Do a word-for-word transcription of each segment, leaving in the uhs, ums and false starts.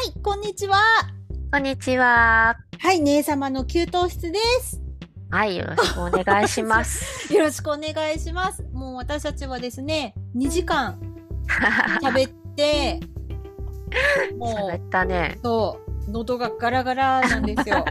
い、こんにちは。 こんにちは。 はい、姉様の給湯室です。 はい、よろしくお願いします。 よろしくお願いします。もう私たちはですね、にじかん喋って、も喋ったね。 う、そう、喉がガラガラなんですよ。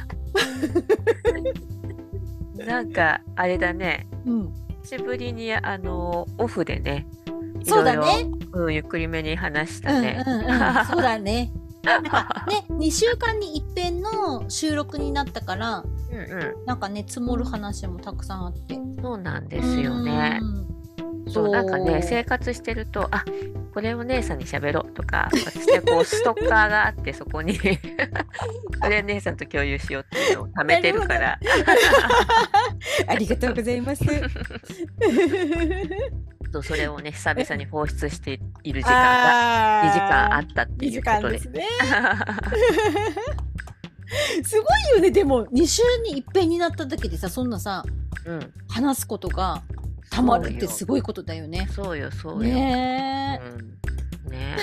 なんか、あれだね。 うん。 久しぶりに、あの、オフでね、いそうろいろ、 だね。 うん、ゆっくりめに話しうんうんたね。 うん、そうだね。なんかね、にしゅうかんに一遍の収録になったから、 うんうなんかね、積もる話もたくさんあって。 ん。そうなんうですよね。 ーん。 そう、なんかね、生そ活してると、あ、これを姉さんに喋ろうとか、私はこう、ストッカーがあって、そこにこれ姉さんと共有しようっていうのを貯う。 めなるほど。 てるから。 ありがとうございます。 そう、それをね、久々に放出している時間がにじかんあああ、 ったってい 2 うことで。 時間ですね。すごいよね。でもに週に一遍になっただけでさ、そんなさ、 うん、 話すことがたまるってすごいことだよね。 そうよ、そうよ。 ねうん、ね。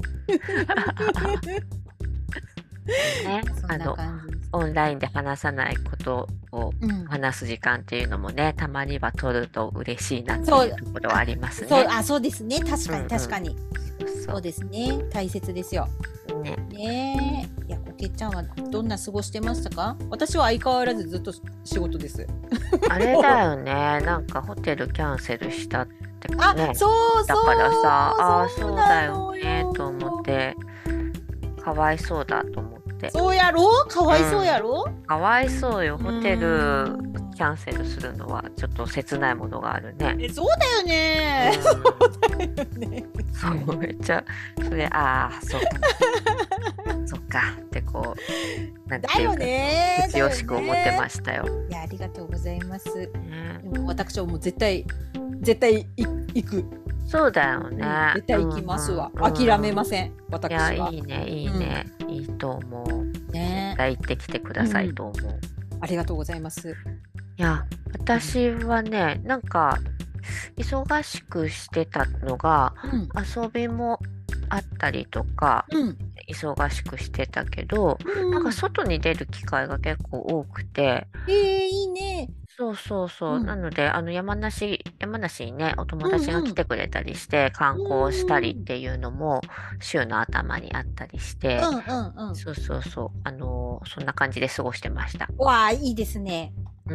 ね、 そんなあの、 感じです。 オンラインで話さないことをうん。 話す時間っていうのもね、たまには取ると嬉しいなってそう、 いうところはありますそう、 ね。 あ、そうですね。確かに、 うんうん確かに。 そそうですね。大切ですよ。 うね。 ねえ。いや、こけちゃんはどんな過ごしてましたか？私は相変わらずずっと仕事です。 あれだよね、なんかホテルキャンセルしたってあ、 ね。 そうそう。 だからさ、ああ、 そうそうだよなのね、 よ。 と思って、かわいそうだと思って。 そうやろ？かわいそうやろ？ かわいそうよ、 うホテールん。 キャンセルするのはちょっと切ないものがあるね。 え、そうだようね。 ん、 だよね。 そう、めっちゃ、それ、ああ、そうか、そっかってこう、なんだよていうか、 ね。だよ口惜しく思ってね。 ましたよ。 いや、ありがとうございます。 ね、 でも私はもう絶対、絶対い行く。 そうだようん、 ね。 絶対行きますわ。 うんうんうん、 諦めません。 い私や、 は。 いいね、いいね、いいと思う。 ね絶対行ってきてくださいと思う。 ありがとうございます。 いや、私はね、なんか、忙しくしてたのが、 うん。 遊びもあったりとか、 うん。 忙しくしてたけど、なんかうん。 外に出る機会が結構多くて、 ええ、いいね。 そうそうそう。 うん。 なので、あの、山梨、山梨にね、お友達がうんうん。 来てくれたりして、観光したりっうん。 ていうのも、週の頭にあったりして、 うんうんうん。 そうそうそう。あの、そんな感じで過ごしてました。 わあ、いいですね。 うん。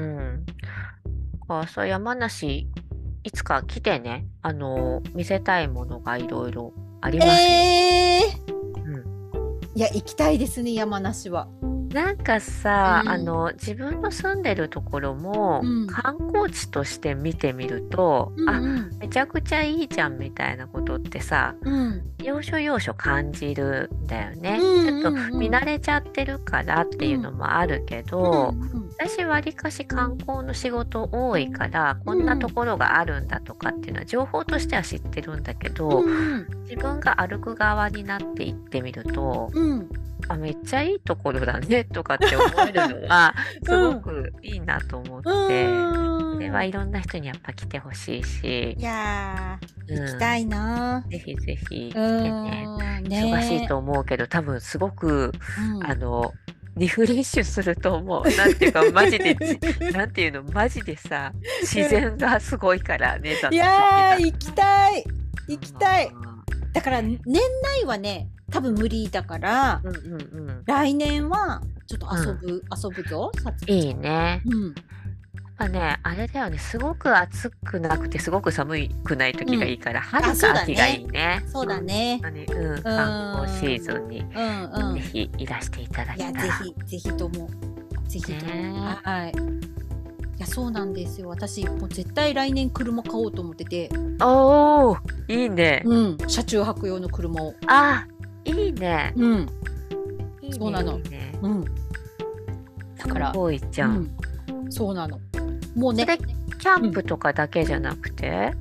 あ、そう、山梨、いつか来てね、あの、見せたいものがいろいろありますよ。 ええ、 うん。 いや、行きたいですね、山梨は。 なんかさ、あうん。 の、自分の住んでるところもうん。 観光地として見てみると、あ、 うんうん。 めちゃくちゃいいじゃんみたいなことってさ、 うん。 要所要所感じるんだようね。ちょっとんうんうん。 見慣れちゃってるからっていううん。 のもあるけうんど、 うん。 私わりかし観光の仕事多いから、こんなとうん。 ころがあるんだとかっていうのは情報としては知ってるんだけうど、 んうん。 自分が歩く側になって行ってみると、 うん。 あ、めっちゃいいところだねとかって思えるのは、すごうん。 くいいなと思っうて、それはーん。 いろんな人にやっぱ来てほしいし、 いやー、行きたうん、 いなぜひぜひー。う来てね。 ーん、 忙しいねと思うけど、多分すごく、 ー。うん。 あの、リフレッシュすると思う。なんていうか、マジでじ、なんていうの、マジでさ、自然がすごいから、姉さいんと好きやー、 な。 行きたい。 う行きたい。だから、年ん、ね、 内はね、多分無理だから、 うんうんうん。 来年は、ちょっとうん。 遊ぶ、遊ぶぞ、さつきちいゃん。 いね。 うん。 まあね、あれだよね、すごく暑くなくて、すごく寒くない時うん。 がいいから、 あ、そう春か秋がいだね。 いね。 そうだ本ね。 当に、うん、 う観光シーん。 ーズンにうんうん。 ぜひいらしていただいや、 けたら。 ぜひ、ぜひとも。ぜひとも。 ねはい。いや、そうなんですよ。私、もう絶対来年車買おうと思ってて。 え。おー、いいね。 うん。車中泊用の車を。 あ、いいね。 うん。 いいね、 そうなの。 いいね。 うん。だすから、 ごいじゃん。 うん。そうなの。もうね、 それ、キャうん。んンプとかだけじゃなくて、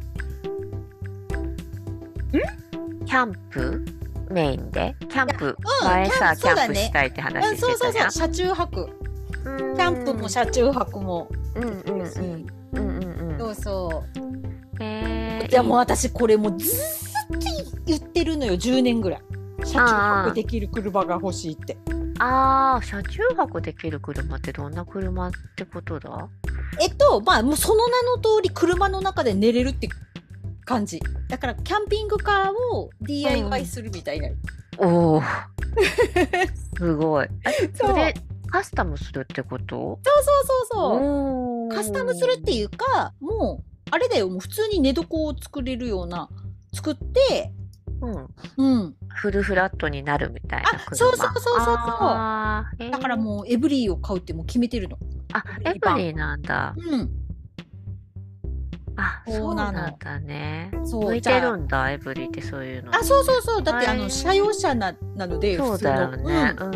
キャンプメインでキャンプ、 うん、キャンプ、 前さ、キそうだね。 ャンプしたいってうん、 話しそうそうそう、 てたじゃん。 車中泊。 うキャンプーん。 も車中泊もうんできうんるし。 うん。うんうんうん。 そうそえう。 ー、 じゃあもういい。 私これもうずーっと言ってるのよ、じゅうねんぐらい。 車中泊できる車が欲しいって。 ああ、車中泊できる車ってどんな車ってことだ？ えっとまあもうその名の通り車の中で寝れるって感じだから、キャンピングカーを ディーアイワイ するみたいな、 うん、おおすごい。 そうそれカスタムするってこと？ そうそうそうそう、カスタムするっていうか、もうあれだよ、もう普通に寝床を作れるような作って、 うんうん、 フルフラットになるみたいな車。 あ、そうそうそうそうそう。 あー、 だからもうエブリィを買うってもう決めてるの。 あ、エブリィなんだ。 うん。 あ、そうなんだね。向いてるんだ、エブリィってそういうの。 あ、そうそうそう。だってあの車用車ななので、 そうだよね。うん。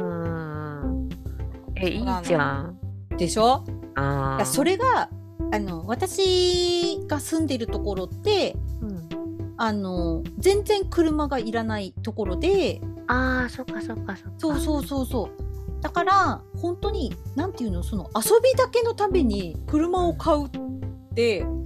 え、いいじゃん。 でしょ？ ああ。 それがあの私が住んでるところって、うん、あの全然車がいらないところで、 ああ、そっかそっかそっか。 そうそうそうそう。だから本当になんていうの、その遊びだけのために車を買うって、うん、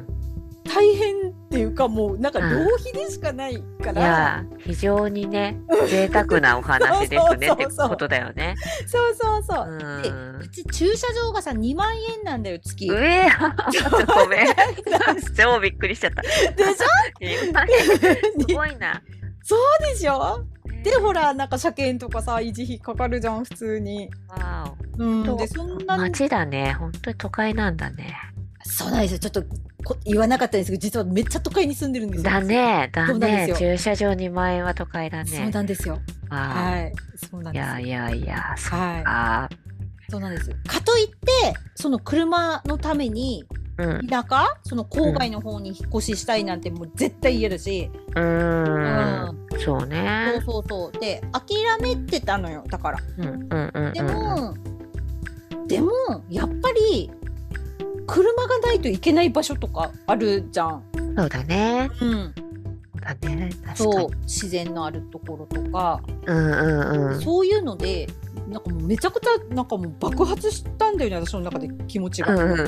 大変っていうか、もうなんか浪費でしかないから、うん、いや非常にね贅沢なお話ですねってことだよね。 そうそうそう。うん、でうち駐車場がさにまんえんなんだよ月。 うえー、ちょっとごめん超びっくりしちゃった。でしょにまんえんすごいな。 そうでしょ。でほらなんか車検とかさ維持費かかるじゃん普通に。 わーうん、でそんな街だね、本当に都会なんだね。 そうなんですよ。ちょっとこ言わなかったんですけど、実はめっちゃ都会に住んでるんですよ。 だねだね。駐車場にまんえんは都会だね。 そうなんですよ。はい、そうなんです。 いやいやいや、そうか、 そうなんです。かといってその車のために田舎、うん、その郊外の方に引っ越ししたいなんてもう絶対嫌だし、 うーん、うん、そうね。 そうそうそう。で諦めてたのよ、だから。 うんうんうんうん、 でもでもやっぱり車がないといけない場所とかあるじゃん。 そうだね。 うん。 そうだね。確かに。 そう、自然のあるところとか、 うんうんうん。 そういうのでなんかもうめちゃくちゃなんかもう爆発したんだよね、私の中で気持ちが。うんうん、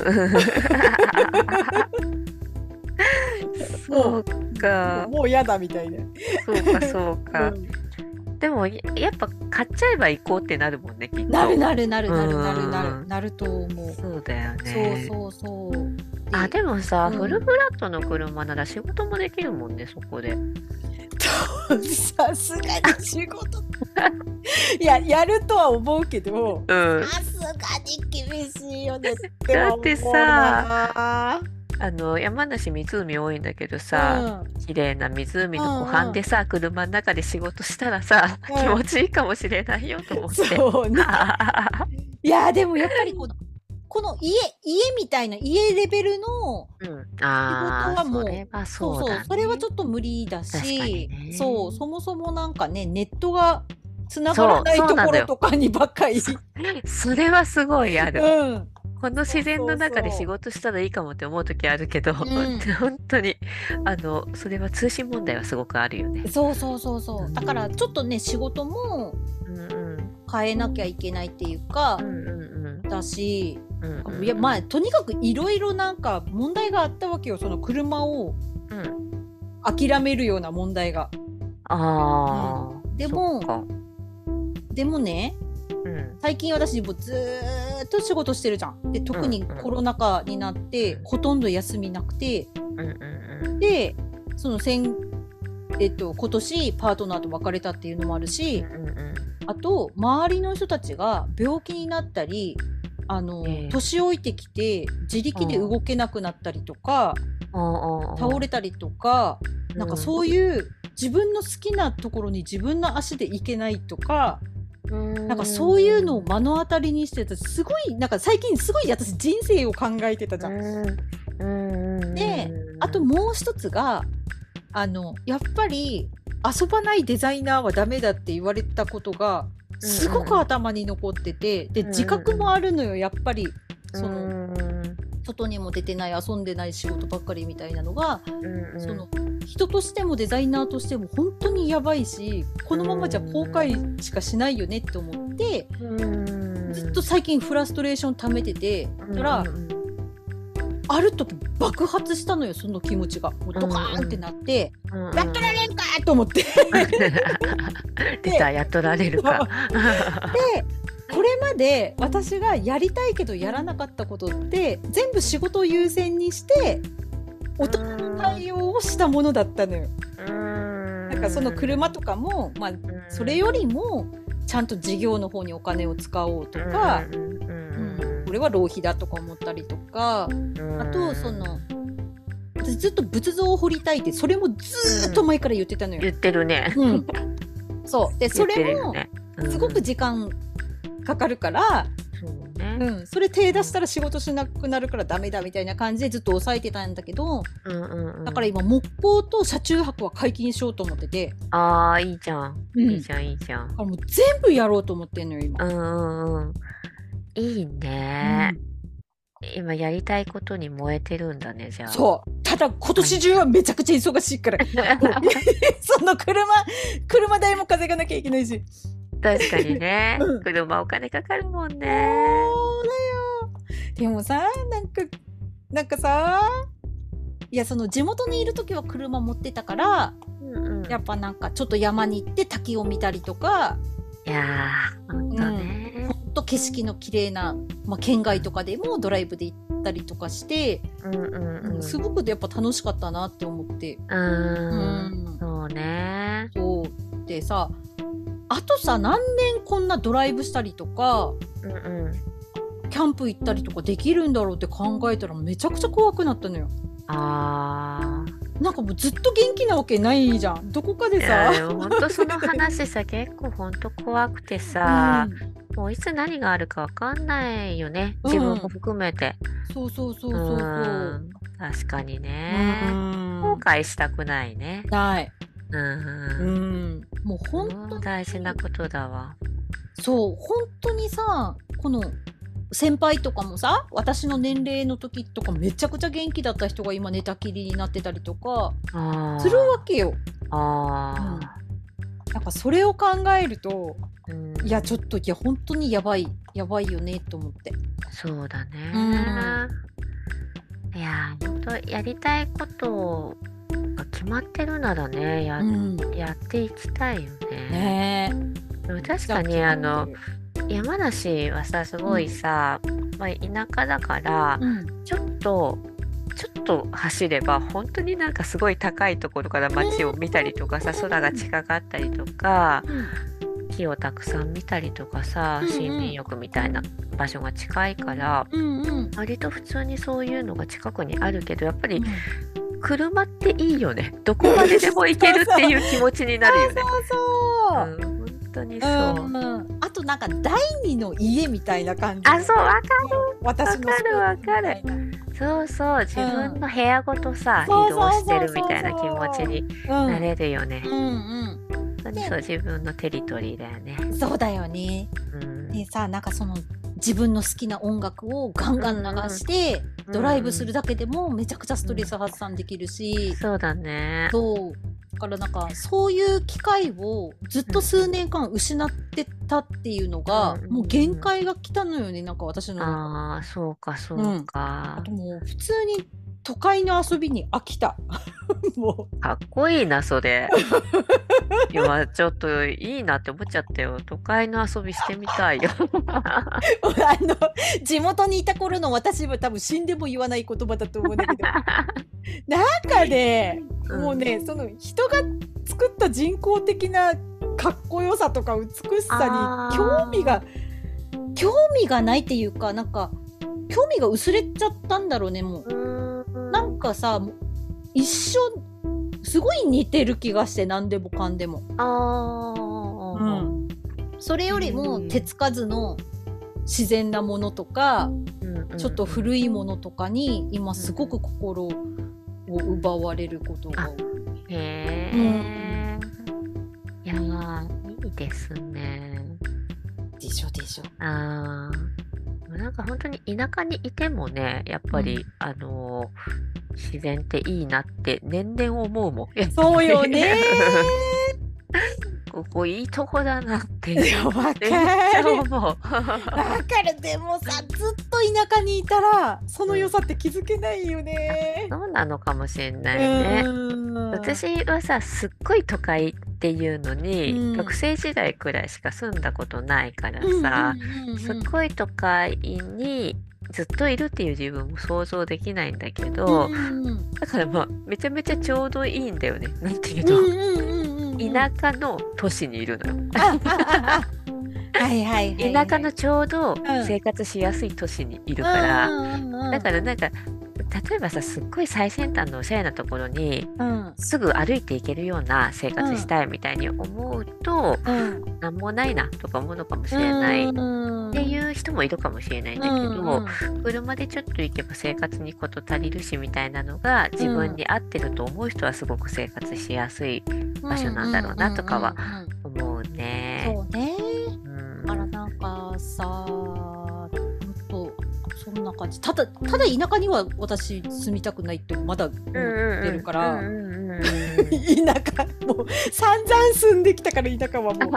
そうか。 もう嫌だみたいな。 そうかそうか。うん、でもやっぱ買っちゃえば行こうってなるもんね、きっと。 なるなるなるなるなるなるなると思う。 そうだよね。 そうそうそう。 あ、でもさ、うん、フルフラットの車なら仕事もできるもんね、そこで。 さすがに仕事いややるとは思うけど、さすがに厳しいよねってだってさ、あの山梨湖多いんだけどさ、うん、綺麗な湖の湖畔でさ、うんうん、車の中で仕事したらさ、うん、気持ちいいかもしれないよと思って。 そうねいやでもやっぱりこのこの家家みたいな家レベルの仕事はもう、うん、それはそうだね、そうそう、それはちょっと無理だし、ね、そうそもそもなんかねネットがつながらないところとかにばっかり そ, それはすごいある、うん、この自然の中で仕事したらいいかもって思う時あるけど、そうそうそう、うん、本当にあのそれは通信問題はすごくあるよね。 そうそうそうそう、だからちょっとね仕事も変えなきゃいけないっていうか、うんうんうん、だし、うんうん、いやまあとにかくいろいろなんか問題があったわけよ、その車を諦めるような問題が。 あ、うん、 でもでもね、うん、最近私もずーっと仕事してるじゃん。で特にコロナ禍になって、うんうん、ほとんど休みなくて、うんうんうん、でその先、えっと、今年パートナーと別れたっていうのもあるし、うんうんうん、あと周りの人たちが病気になったりあの、えー、年老いてきて自力で動けなくなったりとか、うん、倒れたりとか、うん、なんかそういう自分の好きなところに自分の足で行けないとか、なんかそういうのを目の当たりにしてた。すごいなんか最近すごい私人生を考えてたじゃん。うんであともう一つがあのやっぱり遊ばないデザイナーはダメだって言われたことがすごく頭に残ってて、で自覚もあるのよ、やっぱりその外にも出てない遊んでない仕事ばっかりみたいなのが、その人としてもデザイナーとしても本当にやばいし、このままじゃ後悔しかしないよねって思って、ずっと最近フラストレーション溜めてて、だからある時爆発したのよ、その気持ちがもうドカーンってなって、やってられんかと思ってた雇られるか。 でこれまで私がやりたいけどやらなかったことって全部仕事を優先にして大人の対応をしたものだったのよ。なんかその車とかも、まあ、それよりもちゃんと事業の方にお金を使おうとか、うん、これは浪費だとか思ったりとか、あとその私ずっと仏像を彫りたいってそれもずっと前から言ってたのよ。 言ってるね。 うん、そうでそれもすごく時間かかるから、そうね、うん、それ手出したら仕事しなくなるからダメだみたいな感じでずっと抑えてたんだけど、うんうんうん、だから今木工と車中泊は解禁しようと思ってて。 あーいいじゃん、うん、いいじゃんいいじゃん。 もう全部やろうと思ってんのよ今。 うんうんうん、いいね、うん、今やりたいことに燃えてるんだねじゃあ。 そうただ今年中はめちゃくちゃ忙しいからその車車代も稼がなきゃいけないし。 確かにね、うん、車お金かかるもんね。そうだよ。 でもさなんかなんかさいやその地元にいる時は車持ってたから、うんうん、やっぱなんかちょっと山に行って滝を見たりとか、 いやーほんとね、 うん、ほんと景色の綺麗な、まあ、県外とかでもドライブで行ったりとかして、うんうんうん、すごくやっぱ楽しかったなって思って。 うーん、うん、そうね。 そうでさあとさ何年こんなドライブしたりとか、うんうん、キャンプ行ったりとかできるんだろうって考えたらめちゃくちゃ怖くなったのよ。あーなんかもうずっと元気なわけないじゃんどこかでさ。 ほんとその話さ結構ほんと怖くてさ、うん、もういつ何があるかわかんないよね、自分も含めて、 うん、そうそうそうそうそう、 ん、確かにね、後悔したくないね。 ない、 うん、うん、 もう本当に大事なことだわ。 そう本当にさこの先輩とかもさ私の年齢の時とかめちゃくちゃ元気だった人が今寝たきりになってたりとかするわけよ。あ、うん、なんかそれを考えると、うん、いやちょっといや本当にやばいやばいよねと思って。 そうだね、うん、いや本当やりたいことが決まってるならね や,、うん、やっていきたいよね。ねでも確かにあの山梨はさすごいさ、うんまあ、田舎だから、うん、ちょっとちょっと走れば本当になんかすごい高いところから街を見たりとかさ、空が近かったりとか、うん、木をたくさん見たりとかさ、うんうん、森林浴みたいな場所が近いから、うんうん、割と普通にそういうのが近くにあるけどやっぱり、うん車っていいよね。どこまででも行けるっていう気持ちになるよね。そうそうそう、うん、本当にそう、うん、 あとなんか第二の家みたいな感じ。 あ、そうわかる。 私のわかるわかる。そうそう自分の部屋ごとさ、うん、移動してるみたいな気持ちになれるよね。うんうんうん本当にそう自分のテリトリーだよね。 そうだよね。うん、でさなんかその自分の好きな音楽をガンガン流して、うん、ドライブするだけでもめちゃくちゃストレス発散できるし、 うん、そうだね。 そうだからなんかそういう機会をずっと数年間失ってたっていうのが、うん、もう限界が来たのよねなんか私の。 ああそうかそうか、 うん、あともう普通に都会の遊びに飽きたもうかっこいいなそれ今ちょっといいなって思っちゃったよ。都会の遊びしてみたいよあの地元にいた頃の私は多分死んでも言わない言葉だと思うんだけどなんかね、うん、もうねその人が作った人工的なかっこよさとか美しさに興味が興味がないっていうかなんか興味が薄れちゃったんだろうねもう。うなんかさ一緒すごい似てる気がして何でもかんでも。あ、うん、それよりも手つかずの自然なものとか、うん、ちょっと古いものとかに今すごく心を奪われることが多い。 へー、うん、いやいいですね。 でしょでしょ。 あなんか本当に田舎にいてもねやっぱり、うん、あのー、自然っていいなって年々思うもん。 そうよねここいいとこだなっていやわかるわかる。でもさずっと田舎にいたらその良さって気づけないよね、 うん、そうなのかもしれないね。私はさすっごい都会っていうのに、 うん学生時代くらいしか住んだことないからうんさ、 うんうんすっごい都会にずっといるっていう自分も想像できないんだけうど、 んうんだからまあめちゃめちゃちょうどいいんだよね。なんていうの、 うんうんうんうんうん田舎の都市にいるのよ。 ああああはいはいはいはい田舎のちょうどん生活しやすい都市にいるから、 うんうんうんだからなんか例えばさ、すっごい最先端のおしゃれなところにうんすぐ歩いていけるような生活したいみたいに思うと、 うんなんもないなとか思うのかもしれないっうんていう人もいるかもしれないんだけど、 うん車でちょっと行けば生活に事足りるしみたいなのが自分に合ってると思う人はすごく生活しやすい場所なんだろうなとかはうんうんうんうん思うね。 そうねうんだからなんかさほんとそんな感じただただ田舎には私住みたくないってまだ思ってるからうんうんうんうん田舎もう散々住んできたから田舎はもう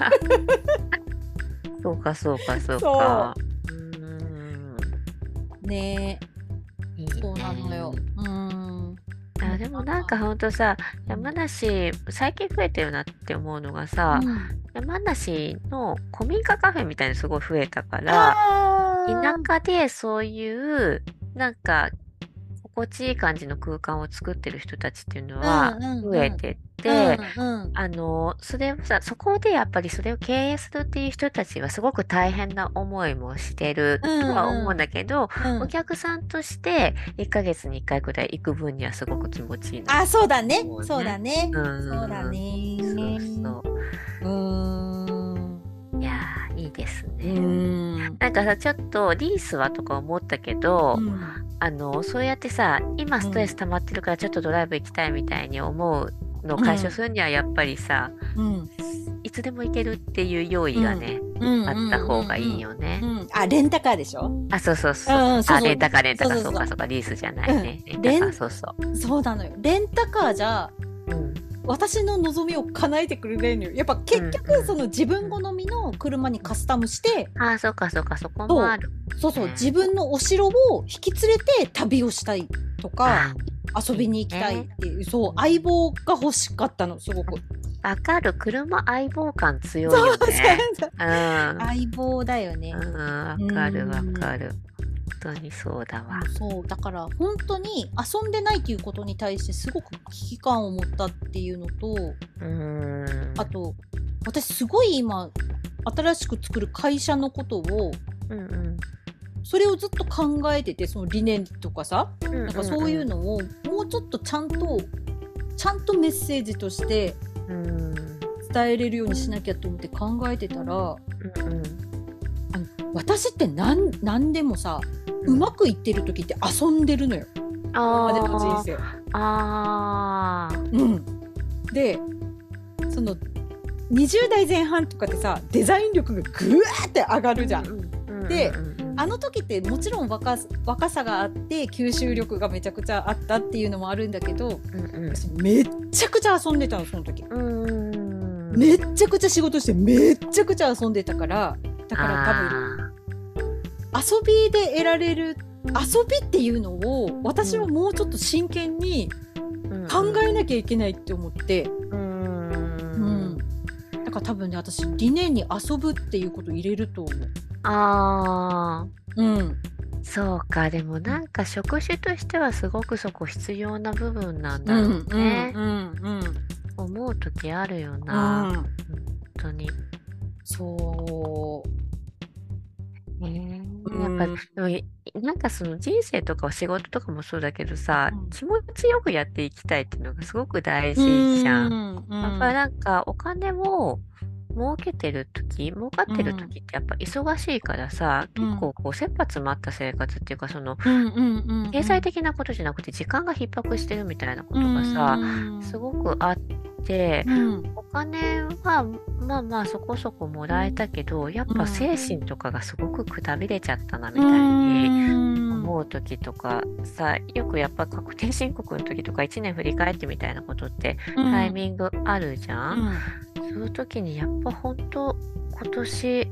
そうかそうかそうそか。 ううんねいいねそうなのようんあでもなんかほんとさ、山梨最近増えてるなって思うのがさ、山梨の古民家カフェみたいにすごい増えたからあ田舎でそういうなんか心地いい感じの空間を作ってる人たちっていうのはうんうんうん増えてって、 うんうんあのそれをさそこでやっぱりそれを経営するっていう人たちはすごく大変な思いもしてるとは思うんだけど、 うんお客さんとしていっかげつにいっかいくらい行く分にはすごく気持ちいいな。 あそうだねそうねそうだねうんそうだねそうそうーんういやーいいですうね。 んなんかさちょっとリースはとか思ったけど、 うんあのそうやってさ今ストレス溜まってるからちょっとドライブ行きたいみたいに思うのを解消するにはやっぱりさ、 うんいつでも行けるっていう用意がね、 うんあった方がいいよね。 うんあレンタカーでしょあそうそうそう。 うんうんそうそうあレンタカーレンタカーそうそうそうそうかそうかリースじゃないね。 うんレンタカーレンそうそう。 そうなのよレンタカーじゃうん私の望みを叶えてくれないのよやっぱ結うん局その自分好みの車にカスタムしてあーそうかそうかそこもある。 そうそうね自分のお城を引き連れて旅をしたいとかあ遊びに行きたいっていうそう相棒が欲しかったのすごくわかる車相棒感強いよそうね。 そううん相棒だよねうんわかるわかる。本当にそうだわ。 そうだから本当に遊んでないっていうことに対してすごく危機感を持ったっていうのとうんあと私すごい今新しく作る会社のことをうんうんそれをずっと考えててその理念とかさうんうんうんなんかそういうのをもうちょっとちゃんとちゃんとメッセージとしてうん伝えれるようにしなきゃと思って考えてたらうんうん私って何何でもさうまくいってる時って遊んでるのよ今までの人あー生。 あーうん、でそのにじゅう代前半とかってさデザイン力がぐわーって上がるじゃん。 んでうんうんうんあの時ってもちろん若若さがあって吸収力がめちゃくちゃあったっていうのもあるんだけどうんうん私めっちゃくちゃ遊んでたのその時。 うんめっちゃくちゃ仕事してめっちゃくちゃ遊んでたからだから多分遊びで得られる遊びっていうのを私はもうちょっと真剣に考えなきゃいけないって思って、 うんうん、だから多分ね私理念に遊ぶっていうこと入れると思う。 あーうん、 そうかでもなんか職種としてはすごくそこ必要な部分なんだろうね、 うんうん思う時あるような、 ん、 本当に。 そうねうんやっぱでもいなんかその人生とか仕事とかもそうだけどさ、 うん気持ちよくやっていきたいっていうのがすごく大事じゃん。 うんうんやっぱりなんかお金を儲けてる時儲かってる時ってやっぱ忙しいからさ、 うん結構こう切羽詰まった生活っていうかそのうんうんうん経済的なことじゃなくて時間が逼迫してるみたいなことがさ、すごくあって、 うんお金はまあまあそこそこもらえたけどやっぱ精神とかがすごくくたびれちゃったなみたいに思う時とかさ、よくやっぱ確定申告の時とかいちねん振り返ってみたいなことってタイミングあるじゃん、そういう時にやっぱ本当今年、う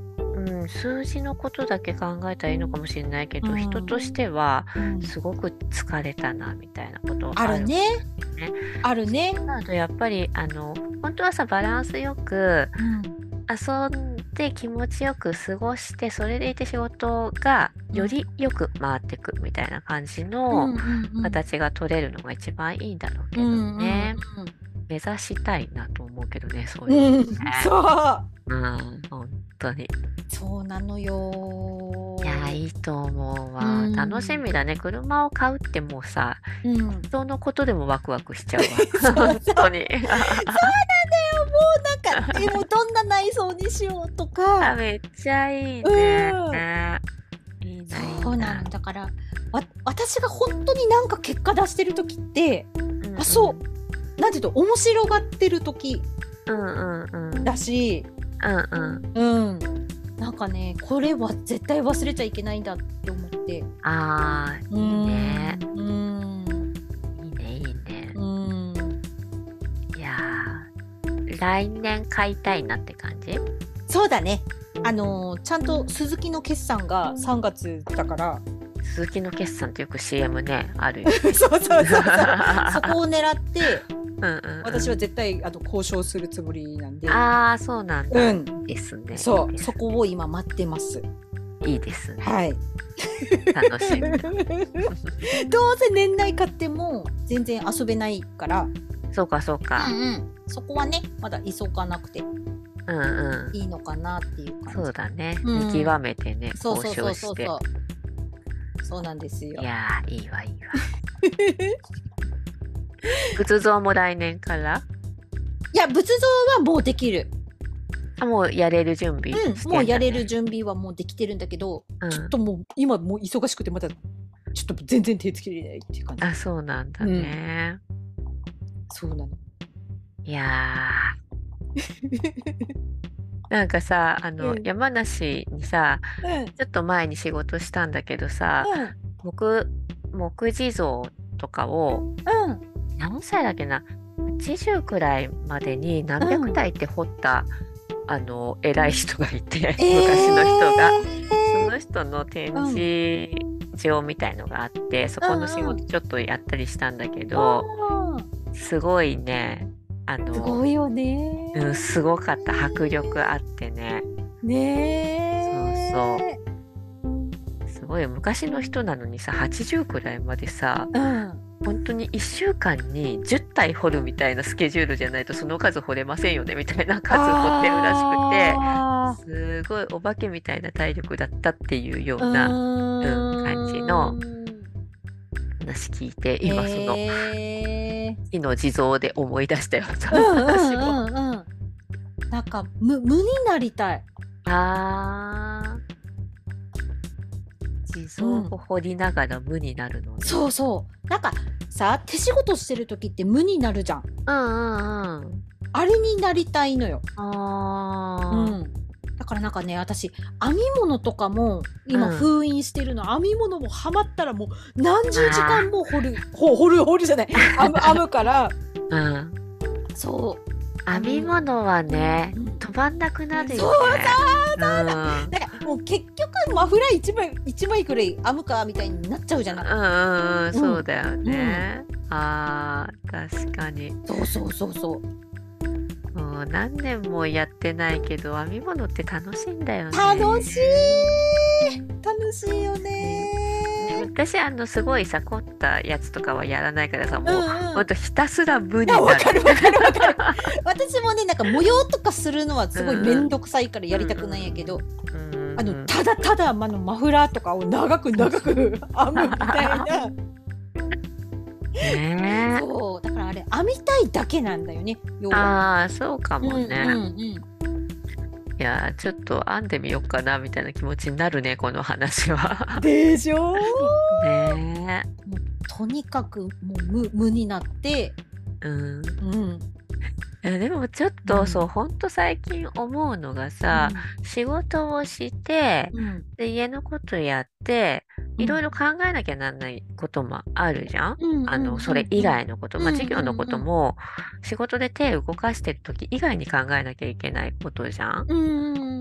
うん、数字のことだけ考えたらいいのかもしれないけど、 うん人としてはうんすごく疲れたなみたいなことああるるね。 ね。 あるね。 なのでやっぱりあの本当はさバランスよくうん遊んで気持ちよく過ごしてそれでいて仕事がよりよく回ってくみたいな感じうんのうんうん形が取れるのが一番いいんだろうけどうんうんね。 うん目指したいなと思うけどね、そういううんのね。 そううん、本当に。 そうなのよいや、いいと思ううわ。 ん楽しみだね。車を買うってもうさ、 うん人のことでもワクワクしちゃうそうわ。本当に。 なんかでもどんな内装にしようとあ、 かめっちゃいいね。 うんいいな、いいそうなな。 のだからわ私が本当になんか結果出してる時ってうんあそうなんていうと面白がってる時うんうんうん。 だしうんうん。 うんなんかねこれは絶対忘れちゃいけないんだって思ってああ、いいね。 うんいいね、いいね。 うんいやー、来年買いたいなって感じ？ そうだねあのーちゃんとスズキの決算がさんがつだから鈴木の決算ってよく シーエム ね、あるよ。 そうそうそうそうそこを狙ってうんうんうん、 私は絶対あの交渉するつもりなんでああ、そうなんだ。 うんですね。 そいいうですそこを今待ってますいいですね。 はい楽しみだ。 どうせ年内買っても全然遊べないからそうかそうか。 うんうんそこはねまだ急がなくてうんうん。 いいのかなっていう感じそうだね。 うん見極めてね、 そうそう交渉して。 そうそうそうそうなんですよいやー、いいわいいわ。仏像も来年からいや仏像はもうできるあ、もうやれる準備してんだ、ねうんもうやれる準備はもうできてるんだけど、 うんちょっともう今もう忙しくてまだちょっと全然手つけれないっていう感じあ、そうなんだね。 そうなのいやー。なんかさ、あの、 うん山梨にさ、 うんちょっと前に仕事したんだけどさ、木、木地蔵とかを、 うんうん何歳だっけな、はちじゅうくらいまでに何百体って掘った、あの、偉い人がいて、昔の人が。その人の展示場みたいのがあって、そこの仕事ちょっとやったりしたんだけど、すごいね、あの、 すごいよねうん、すごかった。迫力あってね。 ねそうそう。すごいよ昔の人なのにさ、はちじゅうくらいまでさ、 うん本当にいっしゅうかんにじゅったい掘るみたいなスケジュールじゃないとその数掘れませんよねみたいな数掘ってるらしくて、すごいお化けみたいな体力だったっていうような、うん、感じの話聞いて、今その火の地蔵で思い出したよ、その話を。 うんうんうん、なんか無無になりたい。 あー地蔵を掘りながら無になるのね、 うん、そうそうなんかさ手仕事してる時って無になるじゃん。 うんうんうん。 あれになりたいのよ。 あー、 うん、だからなんかね私編み物とかも今封印してるの、うん、編み物もハマったらもう何十時間も掘るほ掘る掘るじゃない編む編むから、 うん、 そう編み物はね、うん、止まんなくなるよね。 そうだそうだ、うん、だからもう結局マフラー一枚一枚くらい編むかみたいになっちゃうじゃない。 うんうんうん、そうだよね、うん、あー確かにそうそうそうそうもう何年もやってないけど編み物って楽しいんだよね。 楽しい楽しいよね。 私あのすごいさ凝ったやつとかはやらないからさ、もう、うんうん、ほんとひたすら無になる。 わかるわかるわかる私もねなんか模様とかするのはすごい面倒くさいからやりたくないんやけど、うんうん、あのただただあのマフラーとかを長く長く編むみたいなね、 そうだからあれ編みたいだけなんだよね。 ああそうかもね、 うんうんうん、いやちょっと編んでみようかなみたいな気持ちになるねこの話は。 でしょねもうとにかくもう 無, 無になってうん、 うんいやでもちょっと、うん、そうほんと最近思うのがさ、うん、仕事をして、うん、で家のことやっていろいろ考えなきゃなんないこともあるじゃん、うん、あのそれ以外のこと、まあ、授業のことも仕事で手を動かしてる時以外に考えなきゃいけないことじゃん、 うん、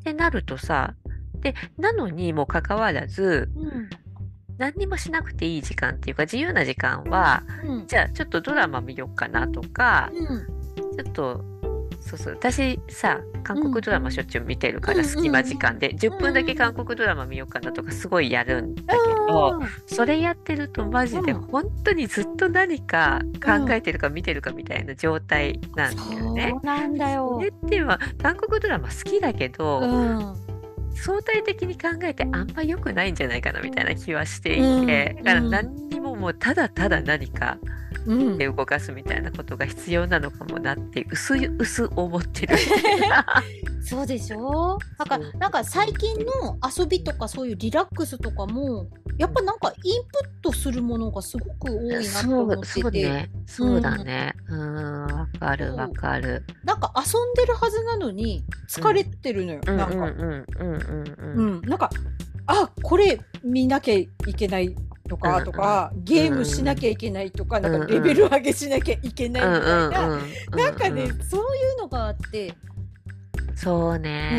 ってなるとさ、で、なのにもかかわらず、 うん。 何にもしなくていい時間っていうか、自由な時間は、 うん。 じゃあちょっとドラマ見ようかなとか、 うん。 ちょっと、そうそう、私さ、韓うん。 国ドラマしょっちゅう見てるうから隙間時間ん。 で、10分だけうん。 韓国ドラマ見ようかなとかすごいやるんだけど、 うん。 それやってるとマジでうん。 本当にずっと何か考うん。 えてるか見てるかみたいな状態なんだよね。 そうなんだそれよ。 っては韓国ドラマ好きだけうど、 ん。 相対的に考えてあんま良くないんじゃないかなみたいな気はしてういん。 て、だからうん。 何にももうただただ何かうん。 手動かすみたいなことが必要なのかもなって薄々思ってるみたいな。 そうでしょ。なんか、 そうなんか最近そうの遊びとかそういうリラックスとかも、やっぱなんかインプットするものがすごく多いなってそう、 思ってて、 そうね。そうだうん、 ね。うーん、わかるわそう、 かる。 なんか遊んでるはずなのに疲れうん。 てるのよ、 うんうんなんか。 うんうんうんうん。 うん、なんか、あ、これ見なきゃいけないとかうんうん。 とか、ゲームしなきゃいけないとか、 うなんかレベルんうん。 上げしなきゃいけなうんいみたいな、 うんうんうなんかね、 んうん。 そういうのがあって、 そううん。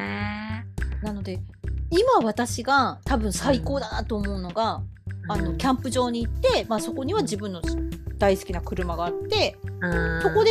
ね。 なので、今私が多分最高うんだなと思うのが、 うあの、キャんンプ場に行って、まあ、そこには自分の大好きな車があって、 うん。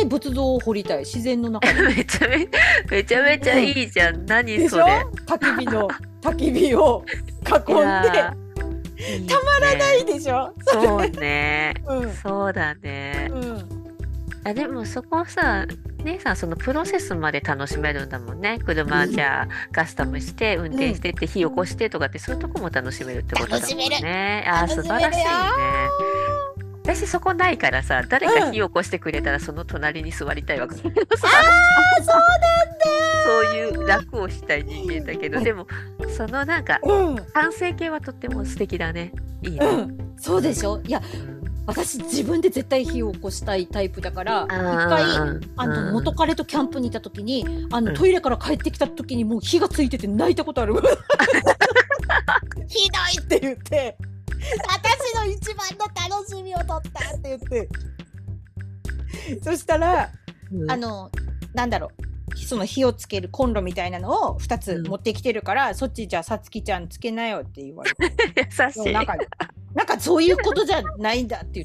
そこで仏像を掘りたい、自然の中で。 めちゃめちゃ、めちゃめちゃうん。 いいじゃん。何でしょ？ それ。 焚き火の焚き火をい囲んで、 やー、いいないね。 でしょ？ そうね。 うん。 そうだね。 うん。 あ、でもそこさ、姉さんそのプロセスまで楽しめるんだもんね。車じゃあカスタムして運うん。 転してって火起こしてとかってそういうとこも楽しめるってことだもん楽しめる。 ね。あー、 楽素しめるよ晴らしいね。私そこないからさ、誰かー。 火起うん。 こしてくれたらその隣に座りたいわけ。そうあ、そうそういう楽をしたい人間だけど、 なんだ。 でもそのなんかうん。 完成形はとっても素敵だね。いいね。 うん。そうでしょ？いや、 うん。 私自分で絶対火を起こしたいタイプだから、一回、 うんあの、 うんうん元彼とキャンプに行った時に、あの、 うん。 トイレから帰ってきた時にもう火がついてて泣いたことある。ひどいって言って、私の一番の楽しみを取ったって言って。そしたら、 うん。 あの、なんだろう、その火をつけるコンロみたいなのをふたつうん。 持ってきてるから、そっちじゃあさつきちゃんつけなよって言われて。 優しい。 でもなんか、なんかそういうことじゃないんだって言って、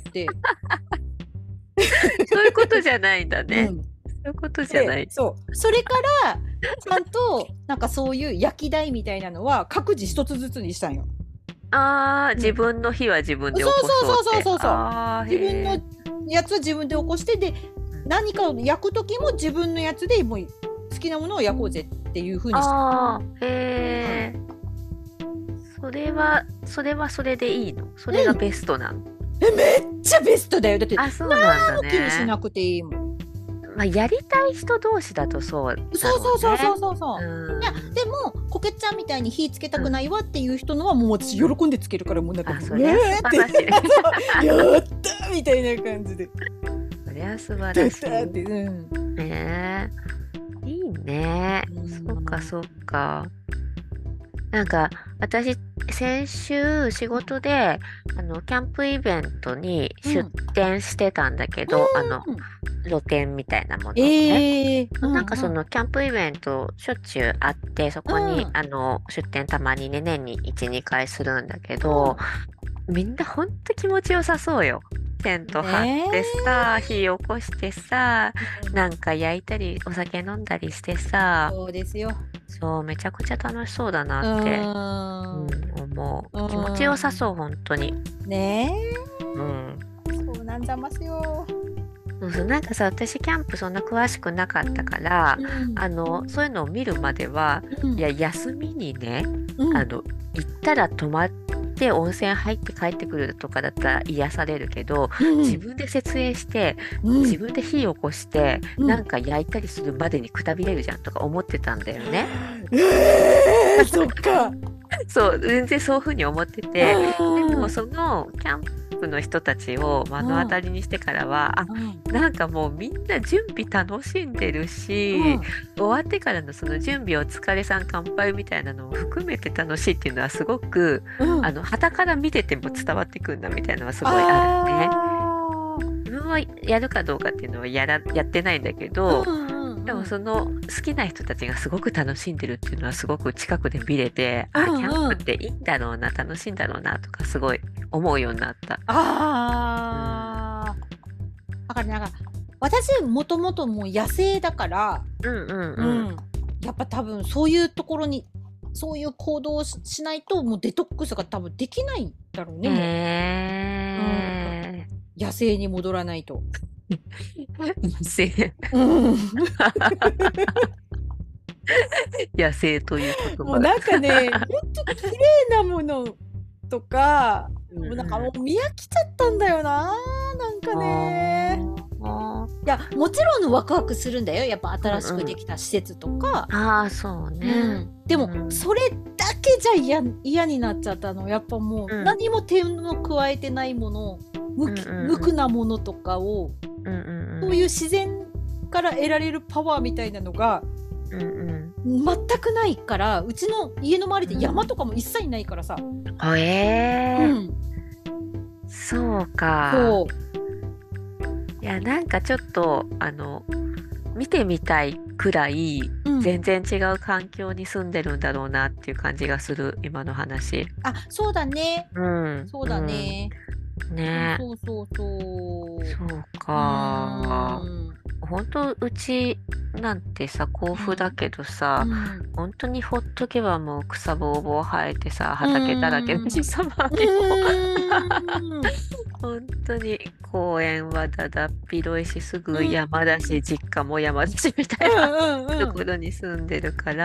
そういうことじゃないんだね。 うん。 そういうことじゃなで、 い。 そう、それから、ちゃんと、なんかそういう焼き台みたいなのは各自一つずつにしたんよ。 ああ、 うん。 自分の火は自分そうで起こそうそうそうそうって。 そうそう。 ああ、 自分のへえ。 やつは自分で起こして、で、 うん。 何かを焼く時も自分のやつでもう好きなものを焼こうぜっていう風にした。 ああ、 うん。 へえ。それは、それはそれでいいの？それがうん。 ベストなの？ え、めっちゃベストだよ。だって、 あ、そうなんだ何も気にしね。 なくていいもん。 まあ、やりたい人同士だとそうだそうそうそうそろうね。 うそうそうう。いや、 ん。 でも、こけちゃんみたいに火つけたうん。 くないわっていう人のはもう私うん。 喜んでつけるから、もうなんかあ、 もう、 そうえりゃ素晴ーって、 らしい。 そうやったみたいな感じで。 そりゃ素晴やっらしい。 たって、うん。 ねえ。いいね。 うそっかん。 そっか。なんか私先週仕事であのキャンプイベントに出うん。 店してたんだけど、あのうん。 露店みたいなものをね。 ええ、うなんかそんうん。 のキャンプイベントしょっちゅうあってそうこにん。 あの出店たまにね年にいち、にかいするんだけど、 うん。 みんなほんと気持ちよさそうよ。テント張ってねさ、火起こしてさ、 え。うん。 なんか焼いたりお酒飲んだりしてさ、 そうですよ。 そう、めちゃくちゃ楽しそうだなうって、うーん。 ん、思うう。気持ちよーん。 さそう、本当に。 ねうん。 え。そうなんざますよ。 そうそう、なんかさ、私キャンプそんな詳しくなかったから、 うん。 あの、そういうのを見るまでは、いや、 うん。 休みにね、 うん。 あの、行ったら泊まって温泉入って帰ってくるとかだったら癒されるけど、 うん。 自分で設営して、 うん。 自分で火起こして、 うん。 なんか焼いたりするまでにくたびれるじゃんとか思ってたんだよね。 ええ、そっか。 そう、全然そういうふうに思ってうて、でもん。 そのキャンプの人たちを目うん。 の当たりにしてからは、あ、 うん。 なんかもうみんな準備楽しんでるし、 うん。 終わってからのその準備お疲れさん乾杯みたいなのも含めて楽しいっていうのはすごく、 うん。 あの、傍から見てても伝わってくるんだみたいなのはすごいあるね。 ああ。 自分はやるかどうかっていうのはやら、やってないんだけうど、 んうでもその好きな人たちがすごく楽しんでるっていうのはすごく近くで見れて、あ、キャンプっていいんだろうな、楽しいんだろうなとかすごい思うようになった。 ああ、だからなんか私もともともう野生だから、 うんうんううん。 ん、やっぱ多分そういうところにそういう行動をししないともうデトックスが多分できないだろうね、もう。うん、 へえ。 野生に戻らないと。 野生。 うん。 野生という言葉が。 もうなんかね、ほんと綺麗なものとか、 うんもうなんかもうう見飽きちゃったんだよな、なんかん。 ね。 あいや、もちろんワクワクするんだよ。やっぱあ、 新しうんうん。 くできた施設とか。 ああ、そううね。 ん。でも、 うん。 それだけじゃ嫌嫌になっちゃったの。やっぱもううん。 何も手も加えてないもの、無うんうき無んうん。 垢なものとかを、 うんうんそういう自然から得られるパワーみたいなのがうん。うんうん。 全くないから、うちの家の周りうん。 で山とかも一切ないからさ。 あ、ええ、 うん。 そうか。 そう。 いや、なんかちょっと、あの、見てみたいくらい、 うん。 全然違う環境に住んでるんだろうなっていう感じがする、今の話。 あ、そうだね。 うん、 そううだね。 ん。 そうね。 そうそうそそうう。うーか。 ん。 本当うちなんてさ、甲府だけどさ、 うん。 本当にほっとけばもう草ぼうぼう生えてさ、 う畑だらけのん。 じさまうにも、 ーん。 本当に公園はだだっ広いし、すぐうん。 山だし、実家も山だしみたういなんうんうん。 ところに住んでるから、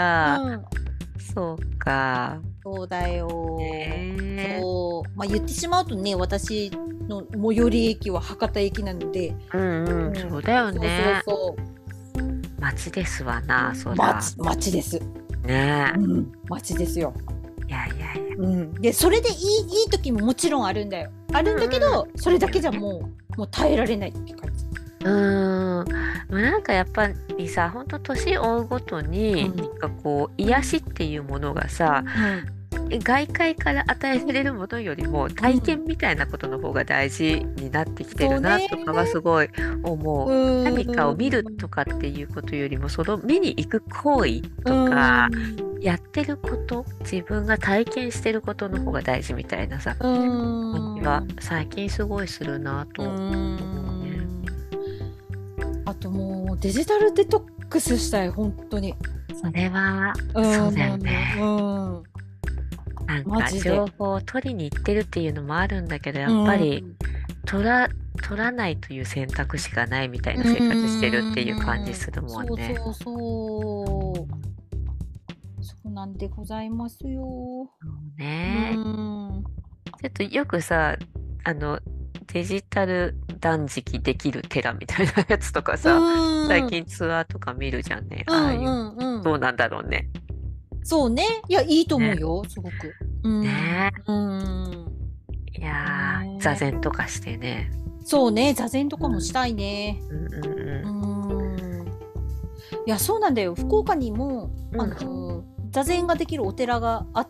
うん。 そうか。 そうだよ。 ねえ。 そう。まあ言ってしまうとね、私の最寄り駅は博多駅なので、 うんうん、 うん。 そうだよそうそうね。 そう。 街ですわな、そら。 町、町です。 ねうん。町ですよ。 え。いやいやいや。 うん。で、それでいい、いい時ももちろんあるんだよ。あるんだけうんうん。 ど、それだけじゃもう、もう耐えられないって感じ。 うーん。でもなんかやっぱりさ、ほんと年追うごとに、なんかこう、癒しっていうものがさ、 うん。 外界から与えられるものよりもうん。 体験みたいなことの方が大事になってきてるなそうね。 とかはすごい思うう。何かを見るーん。 とかっていうことよりも、その見に行く行為うとか、 ーん。 やってること、自分が体験してることの方が大事みたいなさ、 うー感じはん。 最近すごいするなうーと思うね。 ん。あともうデジタルデトックスしたい、本当に。 それは、 うそうだよーね。 ん。うん。 なんかマジで。 情報を取りに行ってるっていうのもあるんだけど、やうっぱりん。 取ら、取らないという選択しかないみたいうな生活してるっていう感じーん。 するもんね。 そうそうそう。そうなんでございますよ。 そううね。 ーん。 ちょっとよくさ、あの、デジタル断食できる寺みたいなやつとかうさ、最ーん。 近ツアーとか見るじゃんね。 うんああいう。 うんうん。 どうなんだろうね。 そうね。いや、いいと思うね。 よ、すごく。うーん。 ねうーん。 いやー、座ねえ。 禅とかしてね。 そうね、座禅とうん。 かもしたいね。 うんうんううーん。いや、そうなんだよ。福岡にも、 ん。 あうん。 の、座禅ができるお寺があって、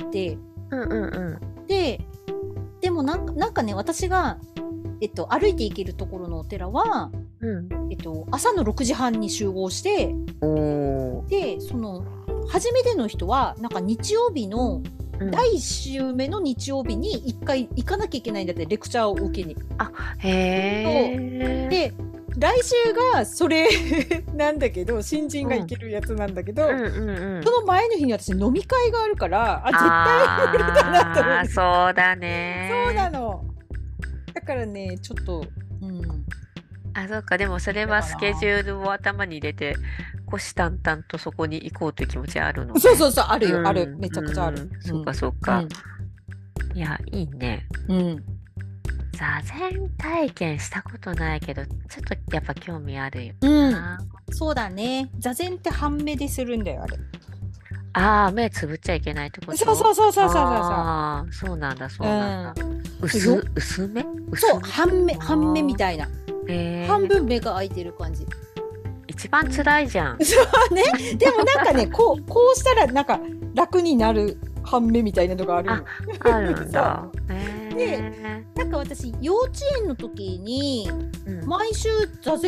うんうんうん。 で、でもなんか、なんかね、私が、えっと、歩いて行けるところのお寺は、 うん。 えっと、朝のろくじはんに集合して、 おー。 で、その、初めての人は、なんか日曜日の、 うん。 だいいち週目の日曜日に一回行かなきゃいけないんだって、レクチャーを受けに。 あ、へそう。 え。 で、来週がそれなんだけど、新人が行うん。 けるやつなんだけど、 うんうんうん。 その前の日に私飲み会があるから、あ、絶対無理だなと思っあー、 て。 そうだそうなね。 の。だからね、ちょっと、うん、 あ、そうか。でもそれだはスケジかな。 ュールを頭に入れて、虎視眈々とそこに行こうという気持ちはあるのね。 そうそうそう、あるうよ、ある。 ん、 めちゃくちゃある。 うん。 うん。 そうか、そうか。 うん。 いや、いいね。 うん。 座禅体験したことないけど、ちょっとやっぱ興味あるようん。 な。 そうだね。座禅って半目でするんだよ、あれ。 ああ、目つぶっちゃいけないってこそうと？ そうそうそうそうそうそう。 ああ、そうなんだ、そうなんだ。 うん。よ、 薄、薄めそう、 薄め。 半目、半目みああ、 たいな。半ええ、 分目が開いてる感じ。 一番辛いじゃん。 そうね。でもなんかね、こう、こうしたらなんか楽になる半目みたいなのがあるあ、 の。 あるんそだ。 う。で、 ええ、 なんか私、幼稚園の時に、 うん。 毎週座禅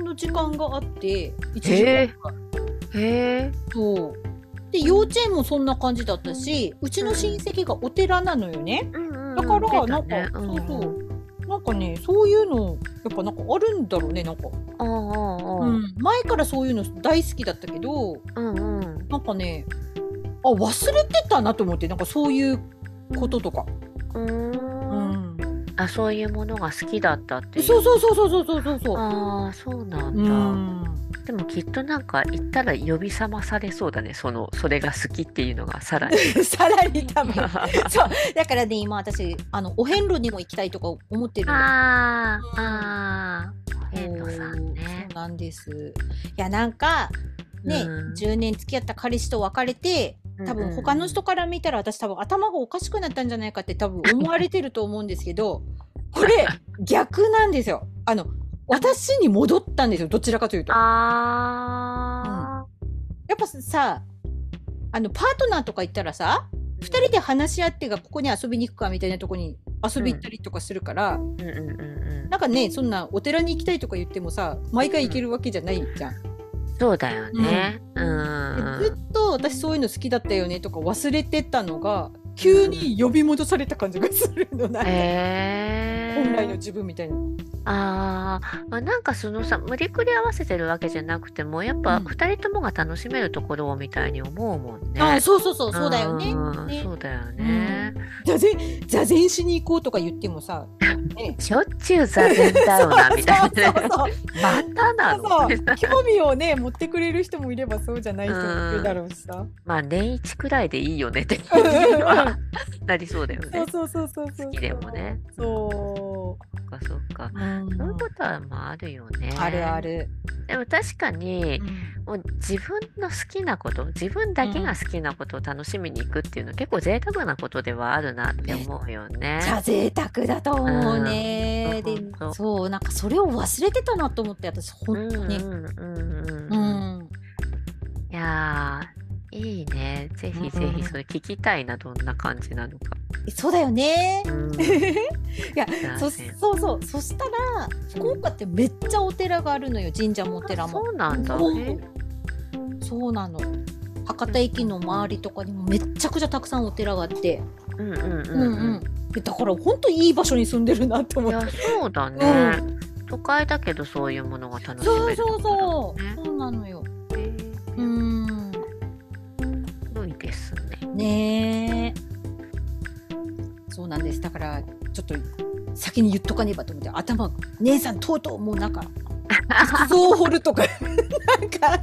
の時間があっていちじかんかん。 へえ。 そうで幼稚園もそんな感じだったし、うちの親戚がお寺なのよね、 うんうんうん、 だからなんか、 ね、 そうそうなんかねそういうのやっぱなんかあるんだろうねなんか、 ああ、 うん、前からそういうの大好きだったけど、 うんうん、 なんかねあ忘れてたなと思って、なんかそういうこととか。 うーん、うん、あそういうものが好きだったっていう。 そうそうそうそうそうそうそう。 ああそうなんだ。うんでもきっとなんか行ったら呼び覚まされそうだね、そのそれが好きっていうのがさらにさらに多分そうだからね今私あのお遍路にも行きたいとか思ってるんだ。 あー、うん、あーお遍路さんね。 そうなんです。いやなんかね、うん、じゅうねん付き合った彼氏と別れて多分他の人から見たら私多分頭がおかしくなったんじゃないかって多分思われてると思うんですけどこれ逆なんですよ。あの私に戻ったんですよ、どちらかというと。あ、うん、やっぱさあのパートナーとか行ったらさ、うん、ふたりで話し合ってがここに遊びに行くかみたいなとこに遊び行ったりとかするから、うん、なんかねそんなお寺に行きたいとか言ってもさ毎回行けるわけじゃないじゃん、うん、 そうだよね、うんうん、ずっと私そういうの好きだったよねとか忘れてたのが急に呼び戻された感じがするの、なんか、えー、本来の自分みたいな。 あー、まあ、なんかそのさ無理くり合わせてるわけじゃなくてもやっぱふたりともが楽しめるところをみたいに思うもんね。 あそうそうそうそうだよね。 ねそうだよね、うん、 座禅座禅しに行こうとか言ってもさ、 ね、しょっちゅう座禅だよなみたいな、ね、そうそうそうまたなのそうそう興味をね持ってくれる人もいればそうじゃない人もいるだろうしさ、 まあ年一くらいでいいよねって感じにはなりそうだよね。 そうそうそうそう好きでもね。そうそっかそっか、うん、そういうことはまああるよね。 あるある。 でも確かに、うん、もう自分の好きなこと自分だけが好きなことを楽しみに行くっていうのは、うん、結構贅沢なことではあるなって思うよね。 じゃあ贅沢だと思うね、うん、でそうなんかそれを忘れてたなと思って私本当にうんうんうん、 うん、いやいいね。ぜひぜひそれ聞きたいな、うん、どんな感じなのか。 そうだよね。うん、いやそそうそうそしたら福岡ってめっちゃお寺があるのよ、神社もお寺も。 そうなんだ。 そうなの。博多駅の周りとかにもめっちゃくちゃたくさんお寺があって、うんうんうんうん、だから本当いい場所に住んでるなと思って。 いやそうだね、うん、都会だけどそういうものが楽しめる、ね、 そうそうそうそうなのよ。うん良いですね。 ねえそうなんです。だからちょっと先に言っとかねばと思って頭姉さんとうとうもうなんか靴を掘るとかなんか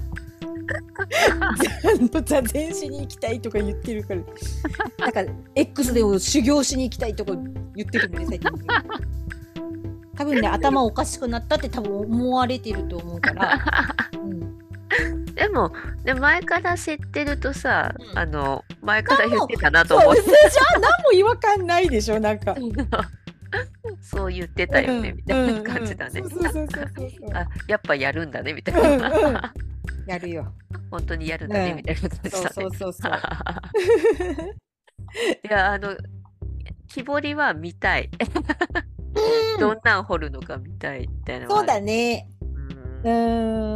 座禅しに行きたいとか言ってるからなんか X で修行しに行きたいとか言ってるんで最近多分ね頭おかしくなったって多分思われてると思うから、うん、 でもで前から知ってるとさ、うん、あの前から言ってたなと思って。 じゃあ何も違和感ないでしょなんか。 そう言ってたよね、うん、みたいな感じだね。あやっぱやるんだねみたいな。うんうん、 やるよ。 本当にやるんだね、うん、みたいな感じだね。 そうそうそうそう。 いやあの木彫りは見たい。どんなん掘るのか見たいみたいな。 そうだね。うん。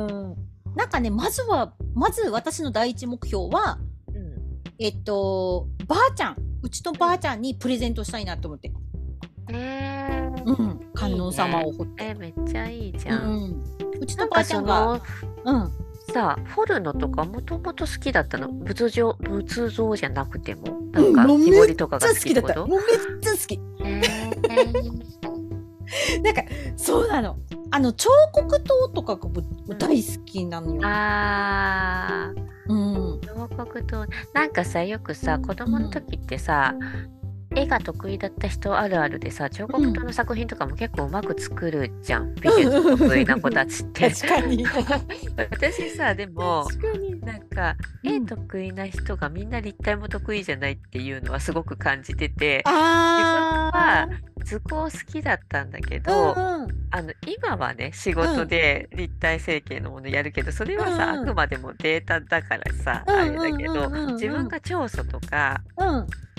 うんなんかねまずはまず私の第一目標は、うん、えっとばあちゃんうちのばあちゃんにプレゼントしたいなと思って。えー、うん、観音様を掘って。 いいね、えめっちゃいいじゃん。うん、 うちのばあちゃんがうんさあ掘るのとかもともと好きだったの？仏像仏像じゃなくてもなんか木彫りとかが好きってこと？ もうめっちゃ好き。えー、なんかそうなの。あの彫刻刀とかが大好きなのよ。 あー、うん、彫刻刀なんかさよくさ子供の時ってさ、うん、絵が得意だった人あるあるでさ彫刻刀の作品とかも結構うまく作るじゃん、うん、美術得意な子たちって。 確かに私さでもなんか絵得意な人がみんな立体も得意じゃないっていうのはすごく感じてて、自分は図工好きだったんだけど、うんうん、あの今はね仕事で立体成形のものやるけど、それはさ、うん、あくまでもデータだからさ、うん、あれだけど、うん、自分が長所とか、うん、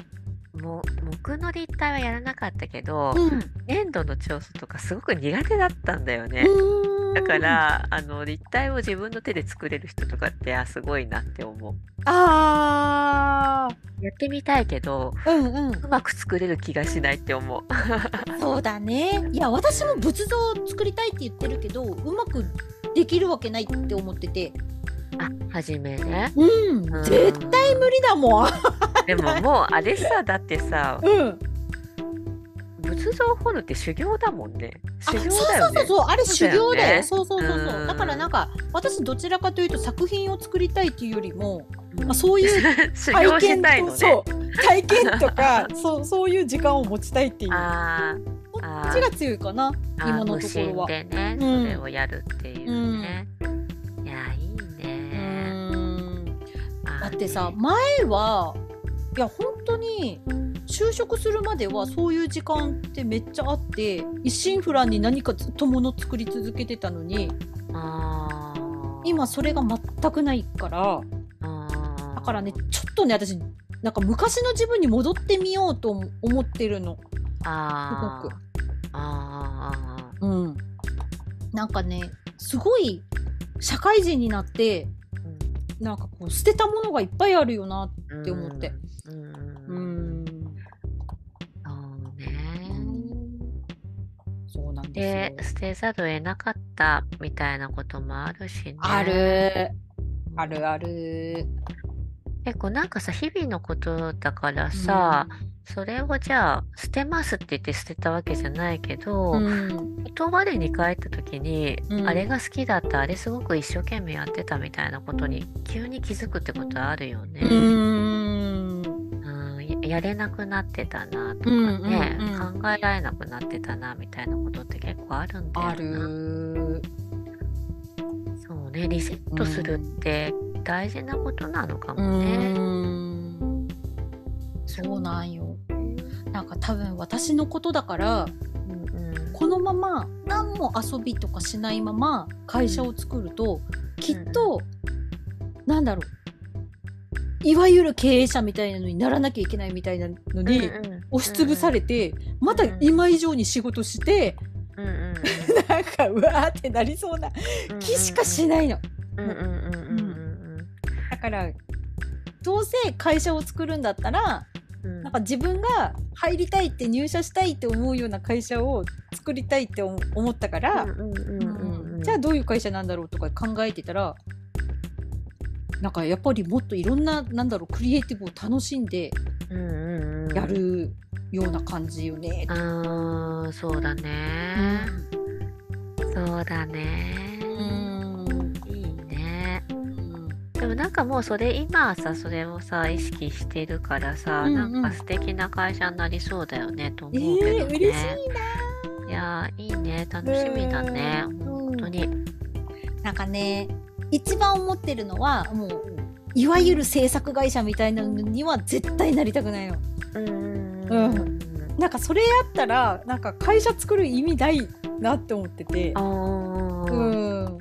も木の立体はやらなかったけど、 うん。 粘土の調査とかすごく苦手だったんだよね。だかうーん。 ら、あの、立体を自分の手で作れる人とかって、あ、すごいなって思う。 ああ。 やってみたいけど、 うんうん。 うまく作れる気がしないって思う。 そうだね。いや、私も仏像を作りたいって言ってるけど、うまくできるわけないって思ってて。 あ、初めね。 うん、 う絶対無理だもん。 ん。でももうあれさ、だってさ、 うん。 仏像掘るって修行だもんね。 あ、 修そう行だよね。 そうそうそう、あれ修行だよ。 そそうそうそうそう。 うだよね。 だからなんうか、私どちらかというと作品を作りたいっていうよりも、 ーん。 まあ、そういう修体行したい験と、 のね。 そう、体験とか、そう、そういう時間を持ちたいっていう。 あこあ、 っちあが強いかな、 あ、 今の無心ところは。 でね、 うそれん。 をやるっていううん。 ね。いや、いいうね。 ーん。だまあってさ、 ね。 前は、いや、本当に、就職するまではそういう時間ってめっちゃあって、一心不乱に何かずっともの作り続けてたのに、 あ今それが全くないから、 あ、 だからね、 あちょっとね、私、なんか昔の自分に戻ってみようと思思ってるの、すごく。 あ、ああ、 うん。なんかね、すごい社会人になって、 うん、 なんかこう捨てたものがいっぱいあるよなうって思って。 ん、ううーん、 ん。 そううね。 ん。そうなんですで、 よ。 捨てざるを得なかったみたいなこともあるしあね。 る。あうん。 るある。 結構なんかさ、日々のことだからうさ、 ん。 それをじゃあ捨てますって言って捨てたわけじゃないけうど、 ん。 言葉に帰った時に、 うん。 あれが好きだった、あれすごく一生懸命やってたみたいなことに急に気づくってことはあるようね。 ーん。 うん、ややれなくなってたなとうんかね、 うんうん。 考えられなくなってたなみたいなことって結構あるんだあよな。 る。 そうね、リセッうトするっん。 て大事なことなのかうーもね。 ん。 そうそうなんよ。 ね。 なんか多分私のことだから、 うんうこのまま何も遊びとかしないまま会社をん。 作ると、きうんうん。 っと、なんだろう、いわゆる経営者みたいなのにならなきゃいけないみたいなのうんにうん。 押しつぶうんうん。 されて、またうんうん。 今以上に仕事して、 うんうんうん。 なんかうわーってなりそうなうんうん気しかうん。 しないの。 うんうんうんうんもう、うん。 うんだから、どうせ会社を作るんだったら、 うん。うん。 なんか自分が入りたいって入社したいって思うような会社を作りたいって思思ったかうんら、 うんうんううんん、じゃあうん。 どういう会社なんだろうとか考えてたら、なんかやっぱりもっといろんな、なんだろう、クリエイティブを楽しんでうんうんやうん。 るような感じよねって。 ああ、そうだうね。 ん。 そうだうね。 ん。 いいね。 うん。 でもなんかもうそれ今はさ、それをさ、意識してるからさ、なんうんうん。 か素敵な会社になりそうだよねとえ思うけえ、 ど嬉しね。 いないやー、いいね。 ー。 楽しみだね。 う本ん。うん。 当に。 なんかね、一番思ってるのは、もう、 うん。 いわゆる制作会社みたいなのには絶対なりたくないの。 うんうんうん。 うんなんかそれやったら、なんか会社作る意味ないなって思ってて。 うん。 うあん。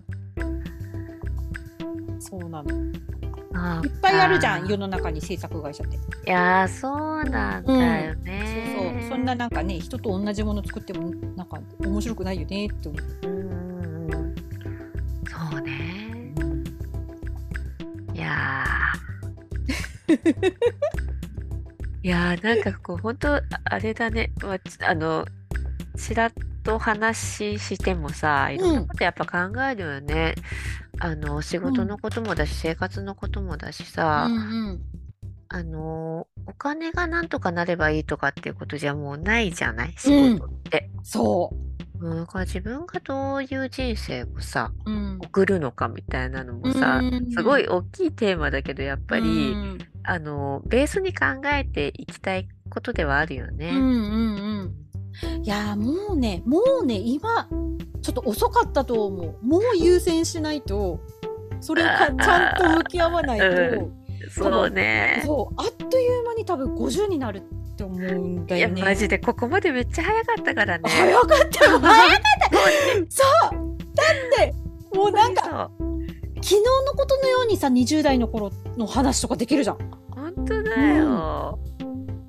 そうなの。 あ、そういっぱいあるじゃん、世か。 の中に制作会社って。 いやー、そうなんうん。 だよそうそう。そんなね。 なんかね、人と同じもの作っても、なんか面白くないよねって思って。 うんうんうん。そうね。 うん。 いやー。いやー、なんかこう、本当ああれだね。まあ、ちあの、ちらっと話してもさ、いろんうん。 なことやっぱ考えるよね。あの、仕うん。 事のこともだし、生活のこともだしうさ、 んうん。 あの、お金がなんとかなればいいとかっていうことじゃもうないじゃない、仕うん。 事って。 そうん、だから自分がどういう人生をさ、 う。うん。 送るのかみたいなのうもさ、すごーん。 い大きいテーマだけど、やっうぱり、 ーん。 あの、ベースに考えていきたいことではあるよね。 うんうんうん。いやー、もうね、もうね、今、ちょっと遅かったと思う。もう優先しないと、それをかちゃんと向あき合わなあ、ういと、 ん、 多分、 そうね。 そう、あっという間に多分ごじゅうになるって思うんだいや、 よね。 マジでここまでめっちゃ早かったからね。 早かったよ、早かっ本当に、 た。そう、だってもう本当なんかにそう。 昨日のことのようにさ、にじゅう代の頃の話とかできるじゃん。 本当だうん。 よ。だ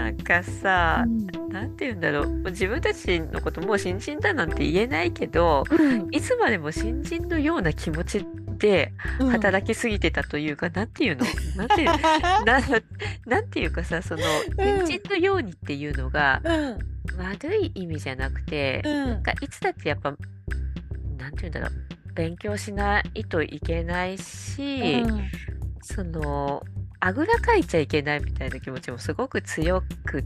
なんかさ、うん、なんて言うんだろう、自分たちのこともう新人だなんて言えないけど、うん、いつまでも新人のような気持ちで働きすぎてたというか、うん、なんていうのなんてななんていうかさ、その新人のようにっていうのが、うん、悪い意味じゃなくて、うん、なんかいつだってやっぱなんて言うんだろう、勉強しないといけないし、うん、そのあぐらかいちゃいけないみたいな気持ちもすごく強くって、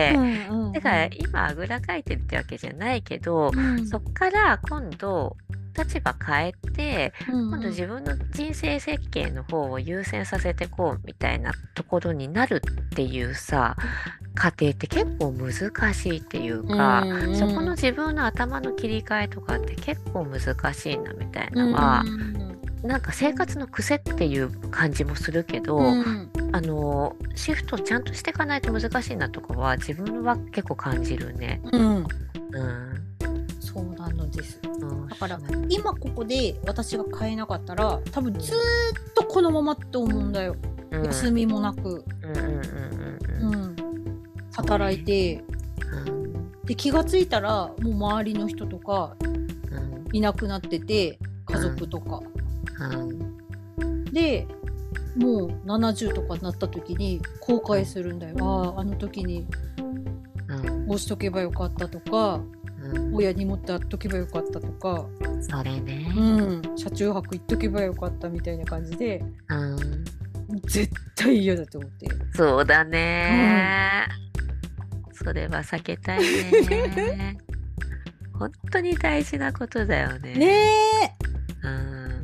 うんうんうん、だから今あぐらかいてるってわけじゃないけど、うん、そっから今度立場変えて、うんうん、今度自分の人生設計の方を優先させてこうみたいなところになるっていうさ過程って結構難しいっていうか、うんうん、そこの自分の頭の切り替えとかって結構難しいなみたいなのは、うんうん、なんか生活の癖っていう感じもするけど、うん、あのシフトちゃんとしていかないと難しいなとかは自分は結構感じるね。うん、うん、 そうなのです。だから今ここで私が変えなかったら多分ずっとこのままって思うんだよ、うん、休みもなく、うんうんうんうん、働いて、うん、で気がついたらもう周りの人とかいなくなってて、家族とか、うんうん、でもうななじゅうとかになった時に後悔するんだよ、うん、あああの時にこうしとけばよかったとか、うん、親に持ってあっとけばよかったとか、 それね、 うん、車中泊行っとけばよかったみたいな感じで、うん、絶対嫌だと思って。 そうだね、うん、それは避けたいね本当に大事なことだよね。 ねえ、うん、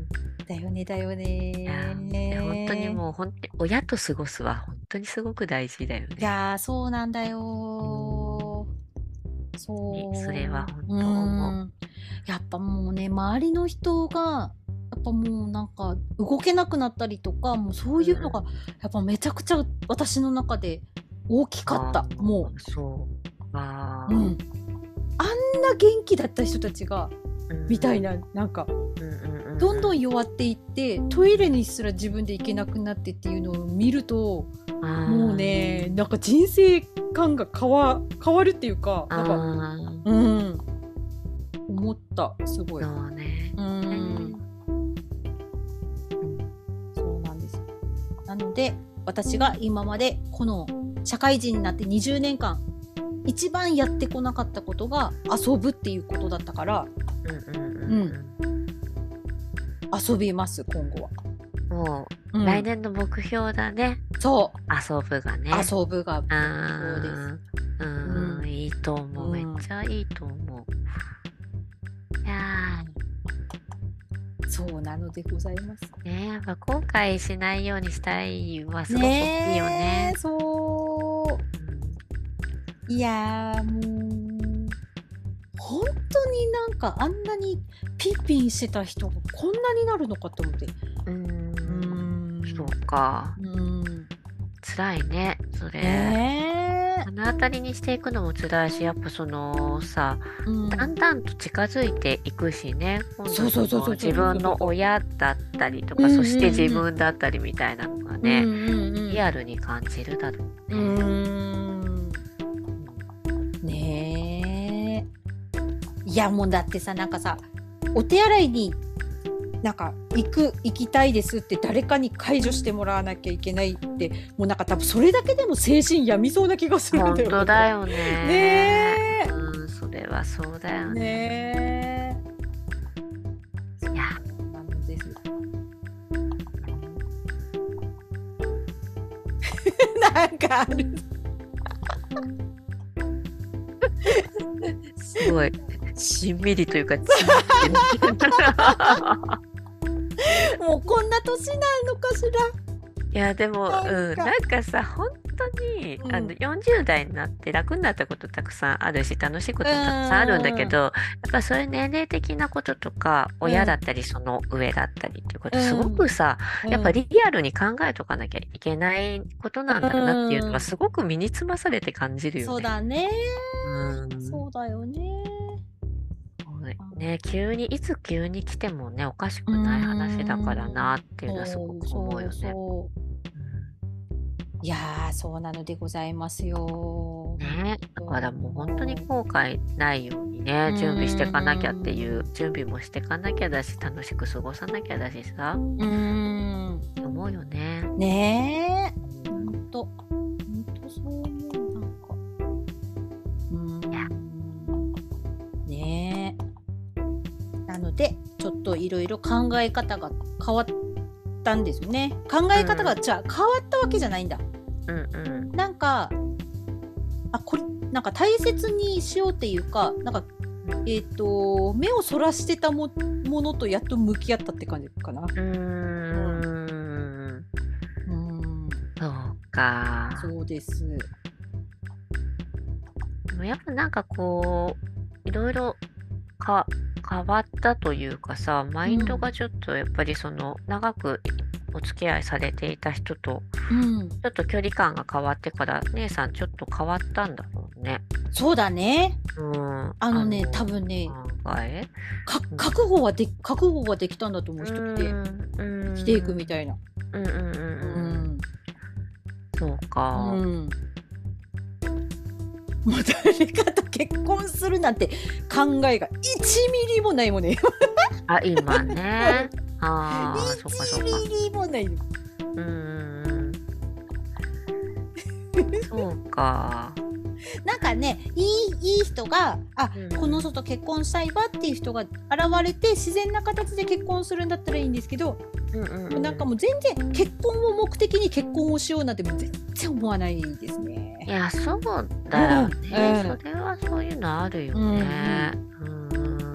だよねだよね。いやね、本当にもう本当に親と過ごすは本当にすごく大事だよね。 いやそうなんだよ、うん、そう、 それは本当思う。 やっぱもうね、周りの人がやっぱもうなんか動けなくなったりとか、もうそういうのがやっぱめちゃくちゃ私の中で大きかった。もうそうあ、 うん、あんな元気だった人たちが、うん、みたいな、なんか、うんうんうん、どんどん弱っていってトイレにすら自分で行けなくなってっていうのを見ると、もうね、なんか人生観が変わ、変わるっていうか、なんか、うん、思った、すごい。 そうね、うん、 そうなんです。なので私が今までこの社会人になってにじゅうねんかん一番やってこなかったことが遊ぶっていうことだったから、うんうんうんうん、遊びます今後は。 もう、うん、来年の目標だね。 そう遊ぶがね。 遊ぶが目標です。 うん、うん、いいと思う、うん、めっちゃいいと思う。いやそうなのでございますね。やっぱ後悔しないようにしたいはすごく大きいよね。 ね、そう、いやーもう本当になんかあんなにピンピンしてた人がこんなになるのかと思って。うーん、そうか。うん、辛いねそれ。 えー、 目の当たりにしていくのも辛いし、やっぱそのさ、うん、だんだんと近づいていくしね。今度自分の親だったりとか、そして自分だったりみたいなのがね、うんうんうん、リアルに感じるだろうね。うーん、 ねえ。いやもうだってさ、なんかさ、お手洗いになんか行く行きたいですって誰かに介助してもらわなきゃいけないって、もうなんか多分それだけでも精神病みそうな気がするんだよね。 本当だよね。 ねえ、 うん、それはそうだよね。 ねえ。いや、なんです。なんかある。 すごいしんみりというかもうこんな年なのかしら。 いやでもなんか、うん、なんかさ本当に、うん、あのよんじゅう代になって楽になったことたくさんあるし、楽しいこともたくさんあるんだけど、やっぱそういう年齢的なこととか、うん、親だったりその上だったりっていうこと、すごくさ、うん、やっぱリアルに考えとかなきゃいけないことなんだなっていうのはすごく身につまされて感じるよね。 そうだね、うん、そうだよね。 ね、急にいつ急に来てもねおかしくない話だからなっていうのはすごく思うよね。そうそうそう、 いやー、そうなのでございますよ。 ね、だからもう本当に後悔ないようにね、準備していかなきゃっていう、準備もしていかなきゃだし、楽しく過ごさなきゃだしさ、 うーん。 思うよね。 ねえ。ほんと。ほんとそう思う。なんか。うーん。 いやねえ。なので、ちょっといろいろ考え方が変わったんですよね。考え方が、 うんじゃあ変わったわけじゃないんだ。 うんうん。 なんか、あ、これ、なんか大切にしようっていうか、なんか、えっと、目をそらしてたも、ものとやっと向き合ったって感じかな。 うーん。 うーん、 そうか。 そうです。 でもやっぱなんかこう、いろいろか変わったというかさ、マインドがちょっとやっぱりその長くお付き合いされていた人とうん。 ちょっと距離感が変わってから、姉さんちょっと変わったんだろうね。 そうだね。 うん。 あのね、 あの、 多分ね、 考えかうん。 覚悟はで覚悟ができたんだと思う、 う人って。 ん、う生きていくみん、 たいな。 うん、うん、うん、 ううん。 ん。 そううか。 ん。もう誰かと結婚するなんて考えがいちミリもないもんね。 あ、今ね。ああ、そっかそっ 1 か。 ミリもないの。 うん、うん、そうか。 なんかね、いい、いい人が、あ、 うん、 この人と結婚したいわっていう人が現れて自然な形で結婚するんだったらいいんですけど、 うん、うん、 なんかもう全然結婚を目的に結婚をしようなんてもう全然思わないですね。 いや、そうだよね。 うんそれはそういうのあるようんね。うん。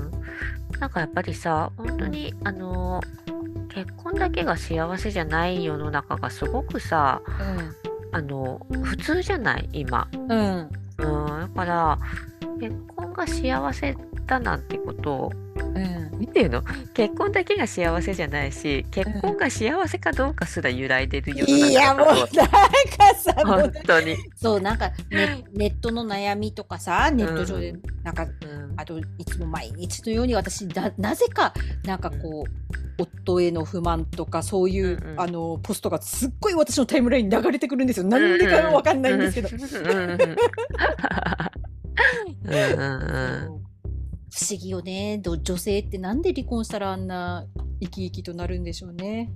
なんかやっぱりさ、本当に、あの、結婚だけが幸せじゃない世の中がすごくさ、あの、普通じゃない今。 うんうんうん、だから、結婚が幸せだなんてことを、 うん見ていうの結婚だけが幸せじゃないし、結婚が幸せかどうかすら揺らいでる世のいやもうなん中だと、 かさもう本当に。 そうなんかネ、ネットの悩みとかさネット上でうんなんかうんあといつも毎日のように私な、なぜかなんかこう、夫への不満とかそういう、 うんうんあのポストがすっごい私のタイムラインに流れてくるんですよ。なんでかわかんないんですけど。 うんうんうんうんうんそう不思議よね。ど女性ってなんで離婚したらあんな生き生きとなるんでしょうね。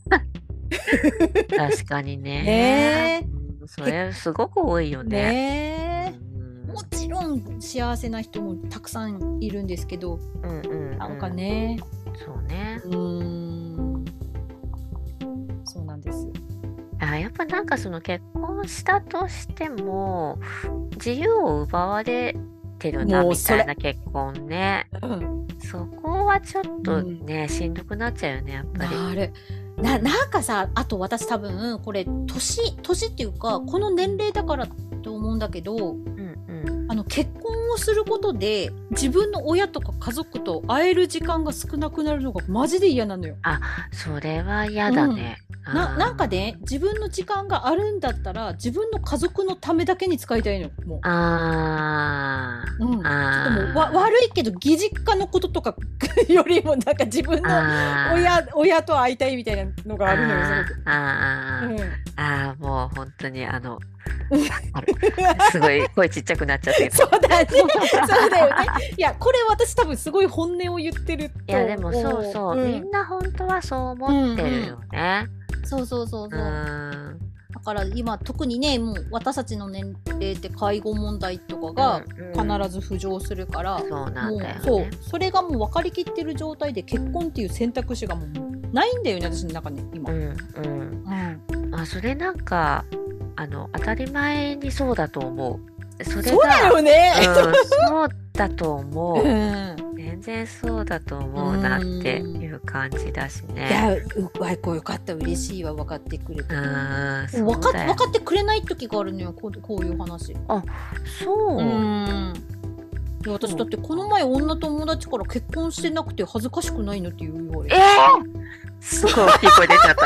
確かにね。 ねうんそれすごく多いよえ。 ね。 ねうんえ。もちろん幸せな人もたくさんいるんですけど、 うんうんうんなんかね、 そうね。 うーん、そうなんです。 あ、やっぱなんかその結婚したとしても自由を奪われてるなみもうそれ、 たいな結婚ね。 うん、 そこはちょっとうんね、しんどくなっちゃうよね、やっぱり。 なる。な、なんかさ、あと私多分これ年年っていうかこの年齢だからと思うんだけど、 うんうん。 あの結婚をすることで自分の親とか家族と会える時間が少なくなるのがマジで嫌なのよ。 あ、それは嫌だね。 な、なんかね。 ね、自分の時間があるんだったら自分の家族のためだけに使いたいの。もあう。うん。ちょっともうわああ。 悪いけど義実家のこととかよりもなんか自分のああ。 親、親と会いたいみたいなのがあるのよ、すごく。 ああ、あうん。 あ、ああ、もう本当にあの、ある。すごい声ちっちゃくなっちゃってる。 そうだね。そうだよね。いや、これ私多分すごい本音を言ってるといや、でもそうそう、 思う。 みんな本当はそう思ってるよね。 そうそうそううそう。 ーん。 だから今特にね、もう私たちの年齢って介護問題とかがうんうん必ず浮上するから、 そうなんもうだよね。 そうそれがもう分かりきってる状態で結婚っていう選択肢がもうないんだよね、私の中に今。 うんうん。 うん。 あ、それなんか、あの、当たり前にそうだと思う。それそうだが、 よね。 うん、そうだと思う。 うん。 全然そうだと思うなっていう感じだしいや、 ね。 うわ、こうよかった嬉しいわ、分かってくれて。 うーん、そ分かうだよ。 分かってくれない時があるのよ、こう、こういう話。 あ、そうう。 ん。いや私だってこの前女友達から結婚してなくて恥ずかしくないのって言われえて。 ー、すごい大きい声出ちゃった。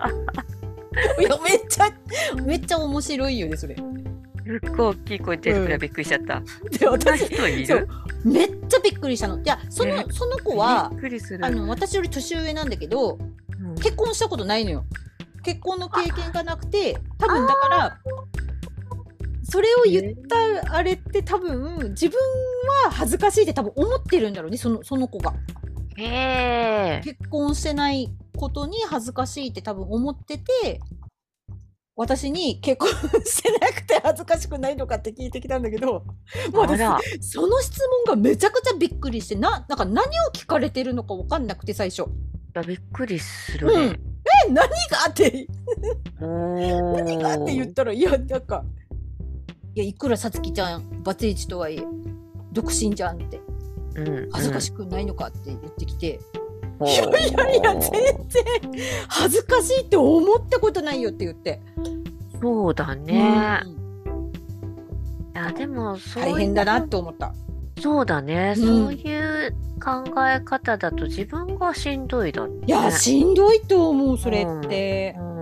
いやめっちゃめっちゃ面白いよねそれ。 すっごい大きい声出るからびっくりしちゃった。 でそんな私人いる？ そうめっちゃびっくりしたの。いやそのその子はびっくりする。 あの私より年上なんだけどうん結婚したことないのよ。 結婚の経験がなくて、多分だからそれを言ったあれって多分自分は恥ずかしいって多分思ってるんだろうね、そのその子が。 へえ。 結婚してないことに恥ずかしいって多分思ってて、私に結婚してなくて恥ずかしくないのかって聞いてきたんだけど、もう私その質問がめちゃくちゃびっくりして、な、なんか何を聞かれてるのか分かんなくて最初。いや、びっくりするね。うん、 え、何がって何がって言ったら、いや、なんか、いや、いくらさつきちゃんバツイチとはいえ独身じゃんって、うん、恥ずかしくないのかって言ってきて、うん、いやいやいや、全然恥ずかしいって思ったことないよって言って。 そうだね、うん、いやでもそう大変だなって思った。 そうだね、うん、そういう考え方だと自分がしんどいだね。 いや、しんどいと思う、それって。うん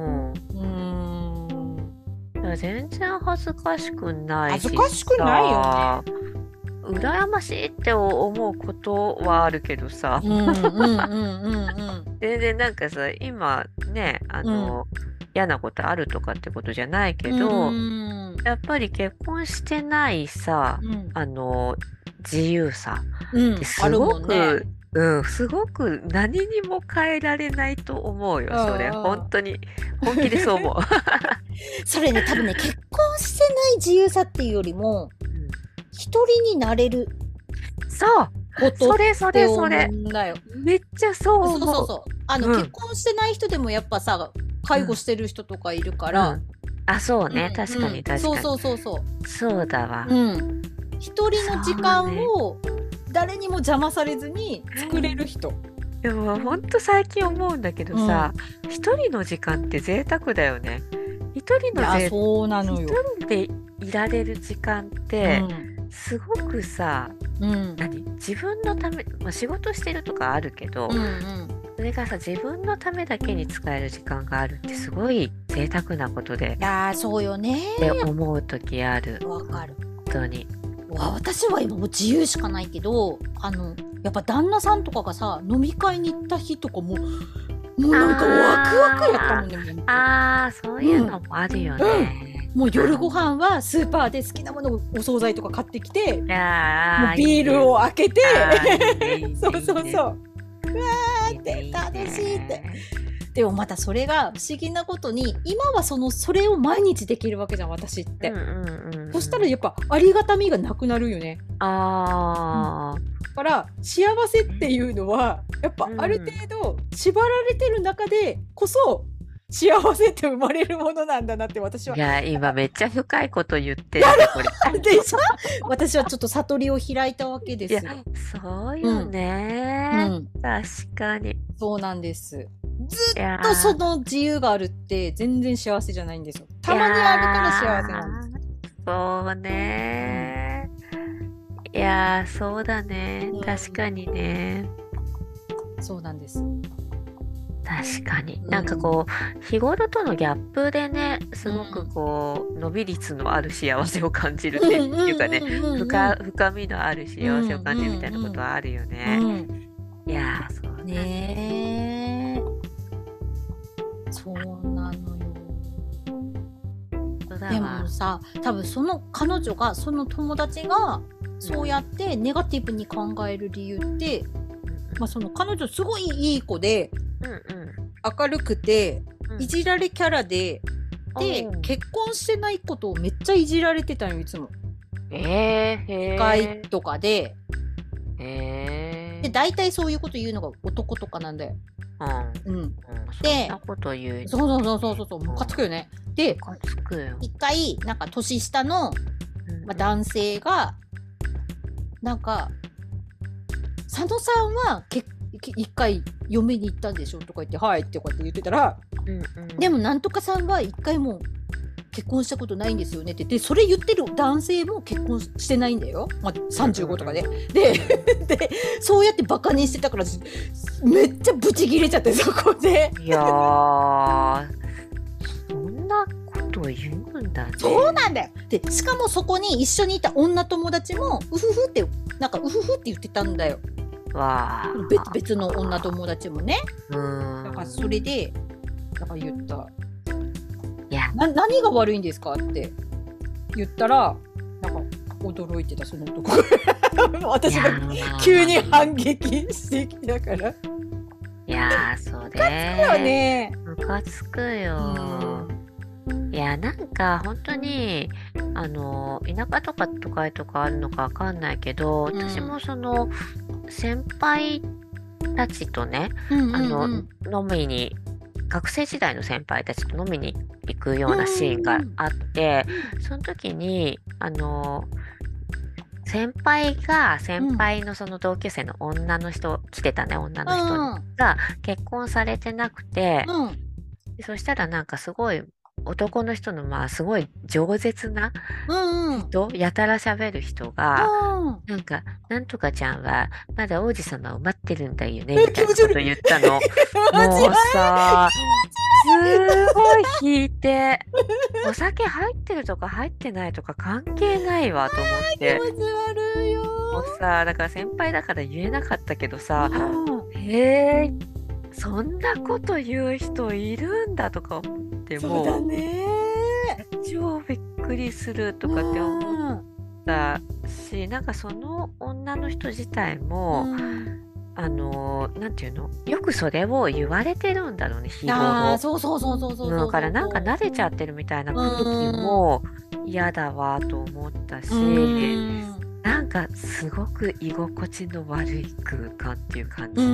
全然恥ずかしくないし、 恥ずかしくないよね。 羨ましいって思うことはあるけどさ、全然なんかさ、今ね、あの、うん、嫌なことあるとかってことじゃないけど、うん、やっぱり結婚してないさ、うん、あの自由さってすごく、うんうん、すごく何にも変えられないと思うよ、それ。本当に本気でそう思う。 それね、多分ね、結婚してない自由さっていうよりも、うん、一人になれるそうことそれそれそれだよ。 めっちゃそう思う。 そうそうそう。あの、うん、結婚してない人でもやっぱさ、介護してる人とかいるから、うん、 あ、そうね、うん、確かに確かに、 そうそうそうそうそうだわ。 うん、一人の時間を誰にも邪魔されずに作れる人。 でもほんと最近思うんだけどさ、一、うん、人の時間って贅沢だよね。一人のぜそうなのよ。 一人でいられる時間って、うん、すごくさ、うん、何自分のため、まあ、仕事してるとかあるけど、うんうん、それがさ自分のためだけに使える時間があるってすごい贅沢なことで。 いやそうよねって思う時ある。 わかる。 本当に。 わ私は今もう自由しかないけど、あのやっぱ旦那さんとかがさ飲み会に行った日とかももうなんかワクワクやったもんね。 ああそういうのもあるよね、 うんうん、もう夜ご飯はスーパーで好きなものをお惣菜とか買ってきて、もうビールを開けてそうそうそう、うわーって楽しいって。でもまたそれが不思議なことに今はそのそれを毎日できるわけじゃん私って、うんうんうんうん、そしたらやっぱありがたみがなくなるよね。あ、うん、だから幸せっていうのはやっぱある程度縛られてる中でこそ幸せって生まれるものなんだなって私は。 いや今めっちゃ深いこと言ってるねこれでしょ。私はちょっと悟りを開いたわけです。いやそうよね、うんうん、確かにそうなんです。ずっとその自由があるって全然幸せじゃないんですよ。たまにあるから幸せなんです。 そうね、うん、いやそうだね、うん、確かにね。 そうなんです。 確かに、うん、なんかこう日頃とのギャップでねすごくこう、うん、伸び率のある幸せを感じるっていうかね、深深みのある幸せを感じるみたいなことはあるよね、うんうん、いやそうだね。 ねそうなのよ。でもさ多分その彼女がその友達がそうやってネガティブに考える理由って、うんまあ、その彼女すごいいい子で、うんうん、明るくて、うん、いじられキャラで、で、うん、結婚してないことをめっちゃいじられてたよいつも。 えー、 会とかで、 えー、 で大体そういうこと言うのが男とかなんだよ。うん。うん、 で、そんなこと言う。 そうそうそうそうそう、ムカつくよね。で、 ムカつくよ。 一回なんか年下の、まあ、男性がなんか佐野さんはけ一回嫁に行ったんでしょとか言ってはいってこうやって言ってたら、うんうん、でもなんとかさんは一回も結婚したことないんですよねってでそれ言ってる男性も結婚してないんだよ、まあ、さんじゅうごとかで、うんうん、で, でそうやってバカにしてたからめっちゃブチギレちゃってそこで。 いやーそんなこと言うんだね。 そうなんだよ。でしかもそこに一緒にいた女友達もうふふってなんかうふふって言ってたんだよ。 わ別, 別の女友達もね。うんだからそれでだから言ったな何が悪いんですかって言ったら、なんか驚いてたその男が私が急に反撃してきたから。いやー、それムカつくよね。 ムカつくよ。いや、なんか本当にあの田舎とか都会とかあるのかわかんないけど、 うん私もその先輩たちとね、 うんうんうん、 あの飲みに学生時代の先輩たちと飲みに行くようなシーンがあって、その時にあの先輩が先輩のその同級生の女の人、来てたね女の人が結婚されてなくて、 うん、 でそしたらなんかすごい男の人のまあすごい饒舌な人、 うんうん、 やたら喋る人が、 うん、 なんかなんとかちゃんはまだ王子様を待ってるんだよねみたいなこと言ったの。もうさ、すごい引いて、お酒入ってるとか入ってないとか関係ないわと思って。 気持ち悪いよ。 もうさ、だから先輩だから言えなかったけどさ、へえ、そんなこと言う人いるんだとか思って、もうそうだね、 超びっくりするとかって思ったし、なんかその女の人自体も、うん、あのなんていうの、よくそれを言われてるんだろうね、日頃。 そうそうそうそうそうそう。 だからなんか慣れちゃってるみたいな空気も嫌だわと思ったし、なんかすごく居心地の悪い空間っていう感じだった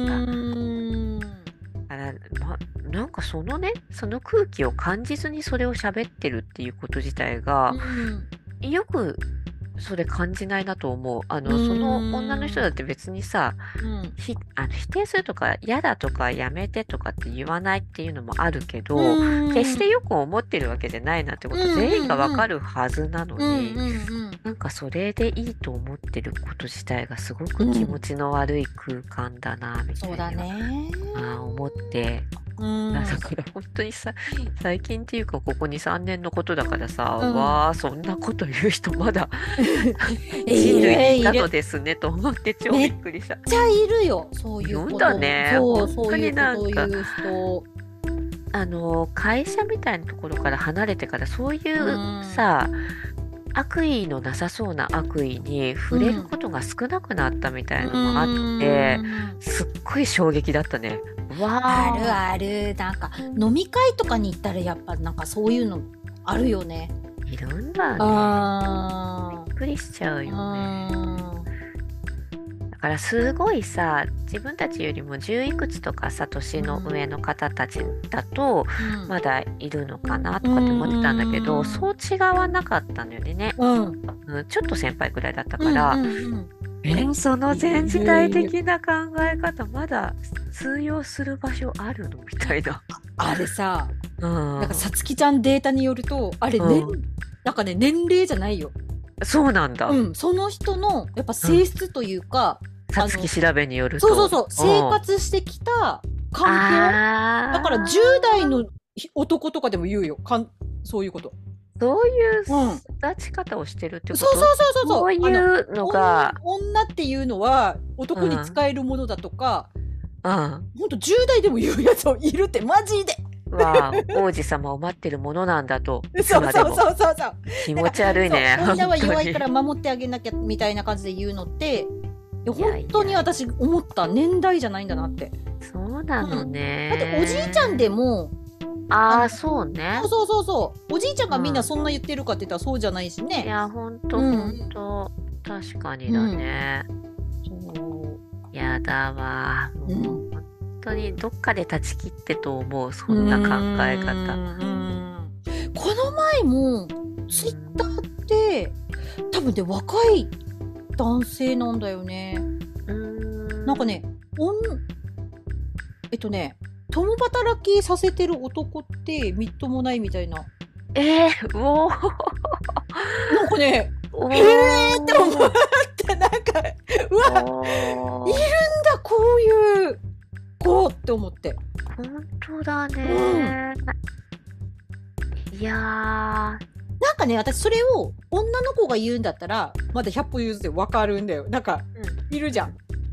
。だから、ま、なんかそのね、その空気を感じずにそれを喋ってるっていうこと自体が、うん、よくそれ感じないなと思う。あのその女の人だって別にさ、うん、ひあの否定するとか嫌だとかやめてとかって言わないっていうのもあるけど、決してよく思ってるわけじゃないなってこと全員がわかるはずなのに、なんかそれでいいと思ってること自体がすごく気持ちの悪い空間だなみたいな、そうだね、あ思って。うん、だから本当にさ、最近っていうかここにさんねんのことだからさ、うん、わあそんなこと言う人まだ人類いたのですねと思って超びっくりした。 めっちゃいるよ、そういうこと。だね、そうそういうこと言う人。 あの会社みたいなところから離れてからそういうさ、うん、悪意のなさそうな悪意に触れることが少なくなったみたいなのがあって、うん、すっごい衝撃だったね。わあるある、なんか飲み会とかに行ったらやっぱなんかそういうのあるよね。 いるんだね。あびっくりしちゃうよね。だからすごいさ、自分たちよりもじゅういくつとかさ年の上の方たちだとまだいるのかなとかって思ってたんだけど、うん、そう違わなかったのよね、うんうん、ちょっと先輩くらいだったから、うんうんうん、えその前時代的な考え方まだ通用する場所あるのみたいな。 あれさ、うん、なんかさつきちゃんデータによるとあれ、ね、うん、なんかね年齢じゃないよ。 そうなんだ、 うん、その人のやっぱ性質というか、 さつき調べによると、 そうそうそう、生活してきた環境だからじゅう代の男とかでも言うよ、かんそういうこと。 そういう育ち方をしてるってこと、 うん、そうそうそうそう、 そういうのが女, 女っていうのは男に使えるものだとか、うん、ほんとじゅう代でも言うやついるってマジで。 は王子様を待ってるものなんだと。 そうそうそうそうそう。 気持ち悪いね。 女は弱いから守ってあげなきゃみたいな感じで言うのって、いや本当に私思った年代じゃないんだなって。 そうなのね、 うん、だっておじいちゃんでも。 ああそうね。 そうそうそうそう。おじいちゃんがみんなそんな言ってるかって言ったらそうじゃないしね。 うん、いやほんとほんと、うん、確かにだね。うん、そうやだわ。もう、うん、本当にどっかで断ち切ってと思うそんな考え方。うんこの前もツイッターって多分ね若い男性なんだよね。うんなんかねおんえっとね共働きさせてる男ってみっともないみたいな。 えー、うおーなんかねえーって思ってなんかうわいるんだこういう子って思って。 本当だね、うん、いやーなんかね私それを女の子が言うんだったらまだひゃっぽ譲って分かるんだよ。なんか、うん、いるじゃん、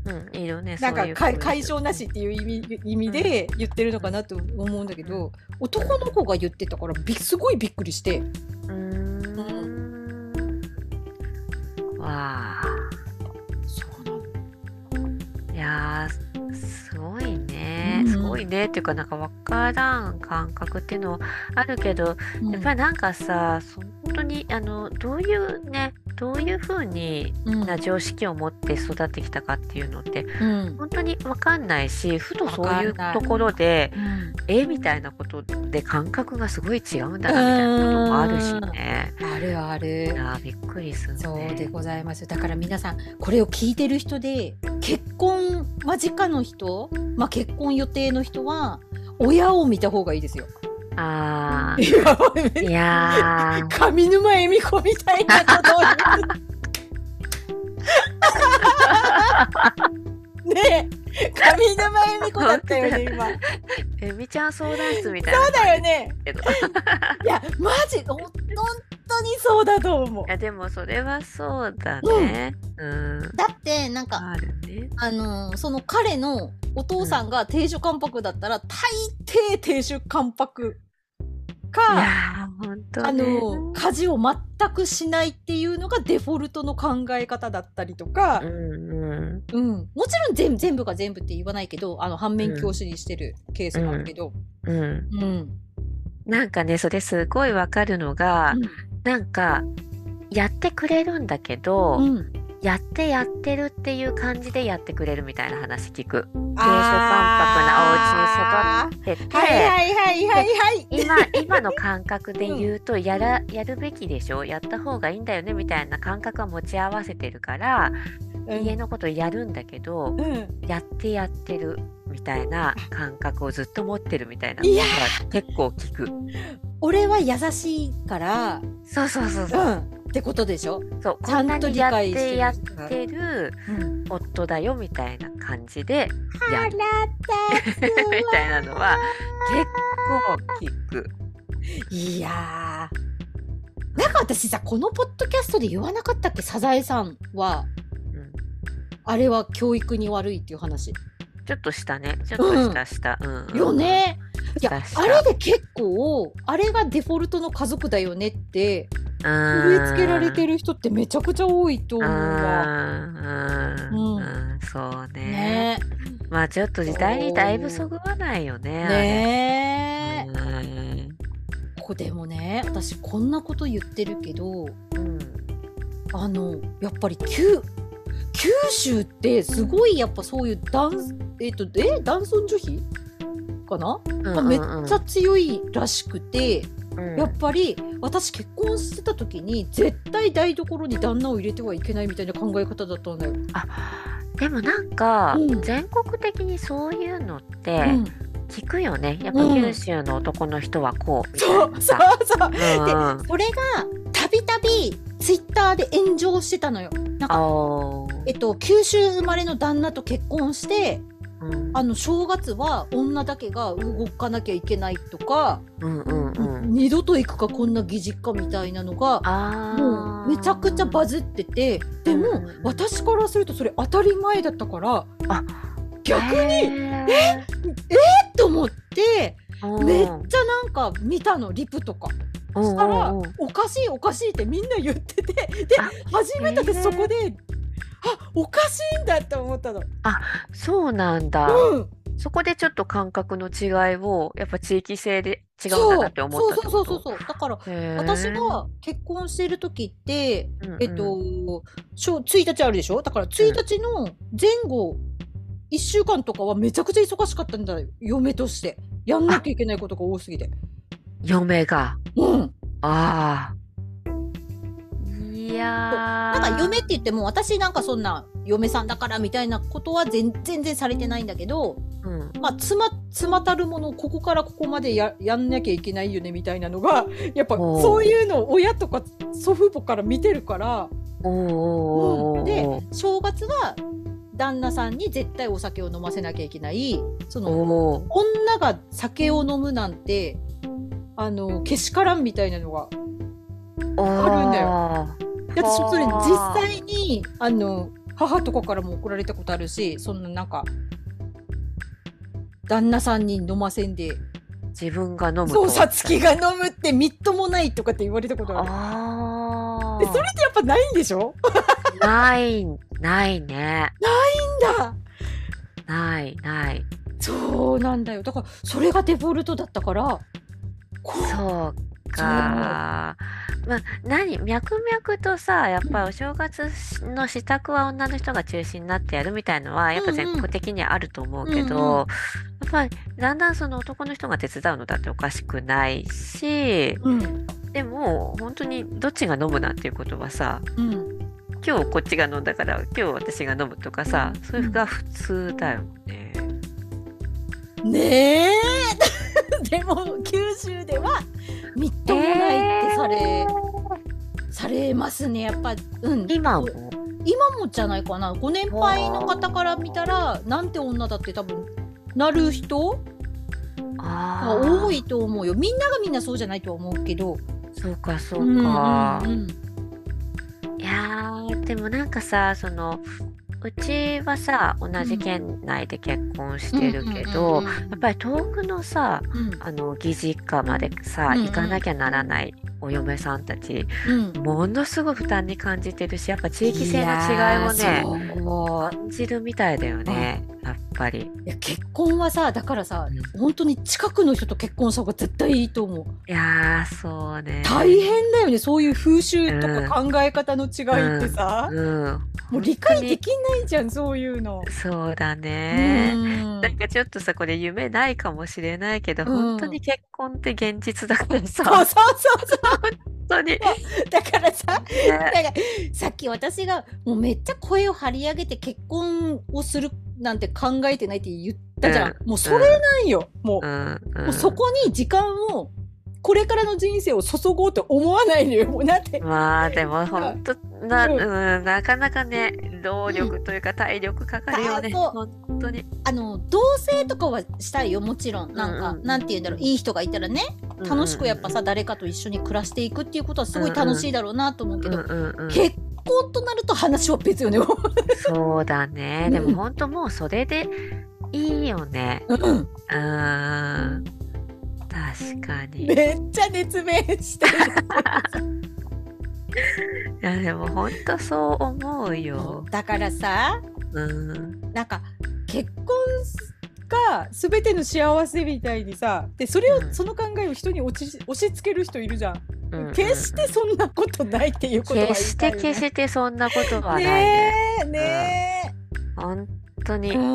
うん、いるね、 なんかそういう子いる。 解消なしっていう意味、意味で言ってるのかなと思うんだけど、男の子が言ってたからびすごいびっくりして。 うーん。わあ。 そうなの。 いやー、すごいね。 うんすごいねっていうか、なんか分からん感覚っていうのはあるけど、 うんやっぱりなんかさ、そ本当に、あの、どういうね、どういうふうにうんな常識を持って育ってきたかっていうのって、 うん本当に分かんないし、ふとそういうわかんないところで、 うんえみたいなことで感覚がすごい違うんだなみたいなこともあるしね。 あるあいる。 やーびっくりするね。 そうでございます。だから皆さんこれを聞いてる人で結婚間近の人、まあ結婚予定の人は親を見た方がいいですよ。 あいやーいやー上沼恵美子みたいなことを言うねえ、上沼恵美子だったよね今。 えみちゃん相談室みたいなそうだよね。 けど。 いやマジほん本当にそうだと思うい。やでもそれはそうだね。うん。 だってなんかあるね。 あのーその彼のお父さんが亭主関白だったら、大抵亭主関白いか、 やー本当あね。 のー家事を全くしないっていうのがデフォルトの考え方だったりとか、 うんうんうんもちろん全全部が全部って言わないけど、あの反面教師にしてるケースもあるけど、 うん。 うんなんかねそれすごいわかるのが、なんかやってくれるんだけど、 うんうんやってやってるっていう感じでやってくれるみたいな話聞く。亭主関あ白なお家に育ってて、 はいはいはいはいはい今今の感覚で言うとやらやるべきでしょ、やった方がいいんだよねみたいな感覚は持ち合わせてるから、 うん家のことやるんだけど、 うんやってやってるみたいな感覚をずっと持ってるみたいないやのが結構聞く。 俺は優しいからそうそうそうそう。 うんってことでしょ。 そうちゃんと理解してるやってるうん夫だよみたいな感じでやる腹立つわみたいなのは結構聞く。 いやーなんか私さこのポッドキャストで言わなかったっけ、サザエさんはうん、 あれは教育に悪いっていう話ちょっとしたね。ちょっとしたした。うんうんよね。いやしたしたあれで結構あれがデフォルトの家族だよねって植え付けられてるる人ってめちゃくちゃ多いと思うわ。 うんうんうんそうね。 ねまあちょっと時代にだいぶそぐわないよね。 ねえ、 あれうんここでもね私こんなこと言ってるけどうんあのやっぱり九九州ってすごいやっぱそういう男えっ、とえ男尊女卑かな、 うんがめっちゃ強いらしくて、 うんやっぱり私結婚してた時に絶対台所に旦那を入れてはいけないみたいな考え方だったんだよ。 でもなんか、 うん全国的にそういうのってうん、 聞くよね。やっぱうん九州の男の人はこうみたそいうなそうさ。 そう。 うんうんでそれがたびたびツイッターで炎上してたのよ。なんかあーえっと九州生まれの旦那と結婚してうんあの正月は女だけが動かなきゃいけないとか、 うんうんうん二度と行くかこんな義実家みたいなのがあもうめちゃくちゃバズってて、でも、 うんうん私からするとそれ当たり前だったからあ逆にええと思ってーめっちゃなんか見たのリプとか。 うんしたらうんうんおかしいおかしいってみんな言ってて、であ初めてでへーそこであおかしいんだって思ったの。 そうなんだ。 うんそこでちょっと感覚の違いをやっぱ地域性で違うんだなって思ったってそうことそうそうそうそうだからへー私が結婚している時って、 うんうんえっとしょついたちあるでしょ。だからついたちの前後いっしゅうかんとかはめちゃくちゃ忙しかったんだよ、嫁としてやんなきゃいけないことが多すぎて。 嫁がうんああいやーなんか嫁って言っても私なんかそんな嫁さんだからみたいなことは全全然されてないんだけど、 うんまあ妻妻たるものここからここまで や, やんなきゃいけないよねみたいなのがやっぱおうそういうのを親とか祖父母から見てるから、 おーおーおーでおー正月は旦那さんに絶対お酒を飲ませなきゃいけないそのおー女が酒を飲むなんてあのけしからんみたいなのがあるんだよよ私それ実際にあの母とかからも怒られたことあるし、そんななんか旦那さんに飲ませんで自分が飲むとそうさつきが飲むってみっともないとかって言われたことある。 あでそれってやっぱないんでしょ？ ないないね。 ないんだ。 ないない。 そうなんだよ。だからそれがデフォルトだったからそうか。まあ、何脈々とさやっぱりお正月の支度は女の人が中心になってやるみたいのはやっぱ全国的にあると思うけど、うんうん、やっぱりだんだんその男の人が手伝うのだっておかしくないし、うん、でも本当にどっちが飲むなんていうことはさ、うん、今日こっちが飲んだから今日私が飲むとかさ、それが普通だよね。 ねえでも九州ではみっともないってされ、えー、されますねやっぱ、うん、 今も今もじゃないかな。ご年配の方から見たらなんて女だって多分なる人が多いと思うよ。みんながみんなそうじゃないとは思うけど。 そうかそうか、うんうんうん、いやーでもなんかさそのうちはさ同じ県内で結婚してるけど、やっぱり遠くのさ、うん、あの義実家までさ、うんうん、行かなきゃならないお嫁さんたち、うん、ものすごい負担に感じてるしやっぱ地域性の違いをね感じるみたいだよね、うん、やっぱり。 いや結婚はさだからさ、うん、本当に近くの人と結婚した方が絶対いいと思う。 いやーそうね大変だよねそういう風習とか考え方の違いってさ、うんうんうん、もう理解できないじゃんそういうの。 そうだね、うん、なんかちょっとさこれ夢ないかもしれないけど、うん、本当に結婚って現実だからさ。 そうそうそうそう本当にだからさ、ね、なんかさっき私がもうめっちゃ声を張り上げて結婚をするなんて考えてないって言ったじゃん、うん、もうそれなんよ、うん、もう、うんうん、もうそこに時間をこれからの人生を注ごうと思わないのよ。もうなんてまあでも本当な、うん、なかなかね労力というか体力かかるよね、うん、本当に。 あの同棲とかはしたいよもちろん。なんか、うんうん、なんて言うんだろういい人がいたらね楽しくやっぱさ、うんうん、誰かと一緒に暮らしていくっていうことはすごい楽しいだろうなと思うけど、うんうんうん、結婚となると話は別よね。 そうだね、うん、でも本当もうそれでいいよね。うん、うん確かにめっちゃ熱弁してるいやでも本当そう思うよ。 だからさ、うん、なんか結婚が全ての幸せみたいにさでそれを、うん、その考えを人に押し、押し付ける人いるじゃん、うんうん、決してそんなことないっていうことは言いたいよね。 決して決してそんなことはないね。 ねえねえ、 うん、本当に、うん、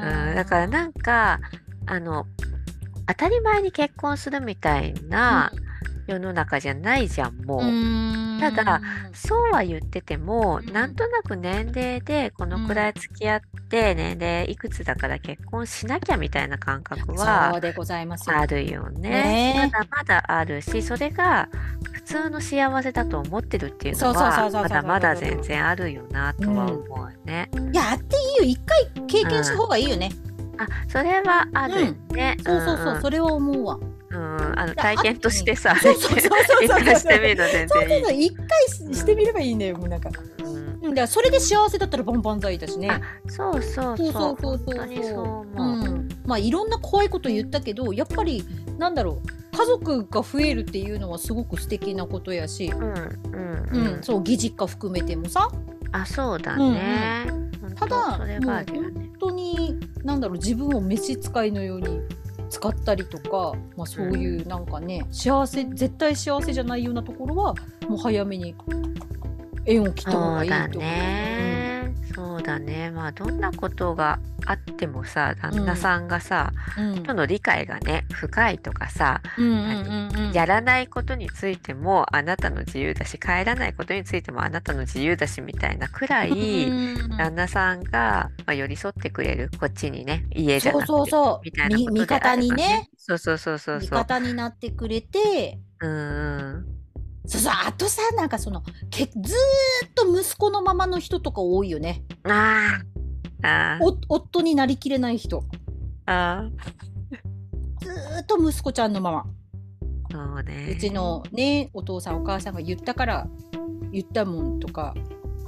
だからなんかあの当たり前に結婚するみたいな世の中じゃないじゃんもう。うんただそうは言っててもなんとなく年齢でこのくらい付き合って年齢いくつだから結婚しなきゃみたいな感覚はあるよね。まだまだあるしそれが普通の幸せだと思ってるっていうのはまだまだ全然あるよなとは思うね。 いやっていいよ一回経験した方がいいよね。 あそれはあるね、 うん、そうそうそう、うん、それは思うわ。 うん、あの体験としてさ一回してみるの全然いい。 そうそう一回してみればいいんだよもうなんか、うん、だからそれで幸せだったら万々歳だしね。あそうそうそうそう本当にそう思う、うん、 まあいろんな怖いこと言ったけどやっぱりなんだろう家族が増えるっていうのはすごく素敵なことやし、うんうんうんうん、そう義実家含めてもさあそうだね、うんうん、ただそれはあるよね。もう本当になんだろう自分を召使いのように使ったりとか、まあ、そういうなんかね、うん、幸せ絶対幸せじゃないようなところはもう早めに縁を切った方がいいと思う。 そうだね、うん、そうだね。まあどんなことがあってもさ旦那さんがさ、うん、との理解がね深いとかさ、うんうんうんうん、やらないことについてもあなたの自由だし帰らないことについてもあなたの自由だしみたいなくらい、うん、旦那さんが、まあ、寄り添ってくれるこっちにね家じゃなくてそうそうそうみたいなことであれば、ね、 味方にねそうそうそうそうそう味方になってくれてうんそうそうあとさなんかそのけずーっと息子のままの人とか多いよね。 ああお夫になりきれない人あずーっと息子ちゃんのまま。 そうね、 うちのねお父さんお母さんが言ったから言ったもんとか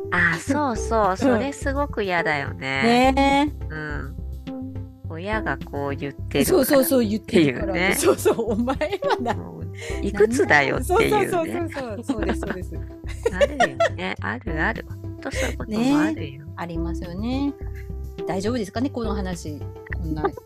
あ、そうそう、 うそん。 れすごく嫌だよね。 ねうん。親がこう言っえ。 てるからっそうそうそう、言っててるからって、 いうね。 そうそう、お前はな、 もういくなんつだよなん、そうってそうそうそいうね。 うそう、そうです、そうです。 あるよね。あるある。ほんとそういうこともあねえ、 るよ。 ありますよね。大丈夫ですかね、この話。こんな。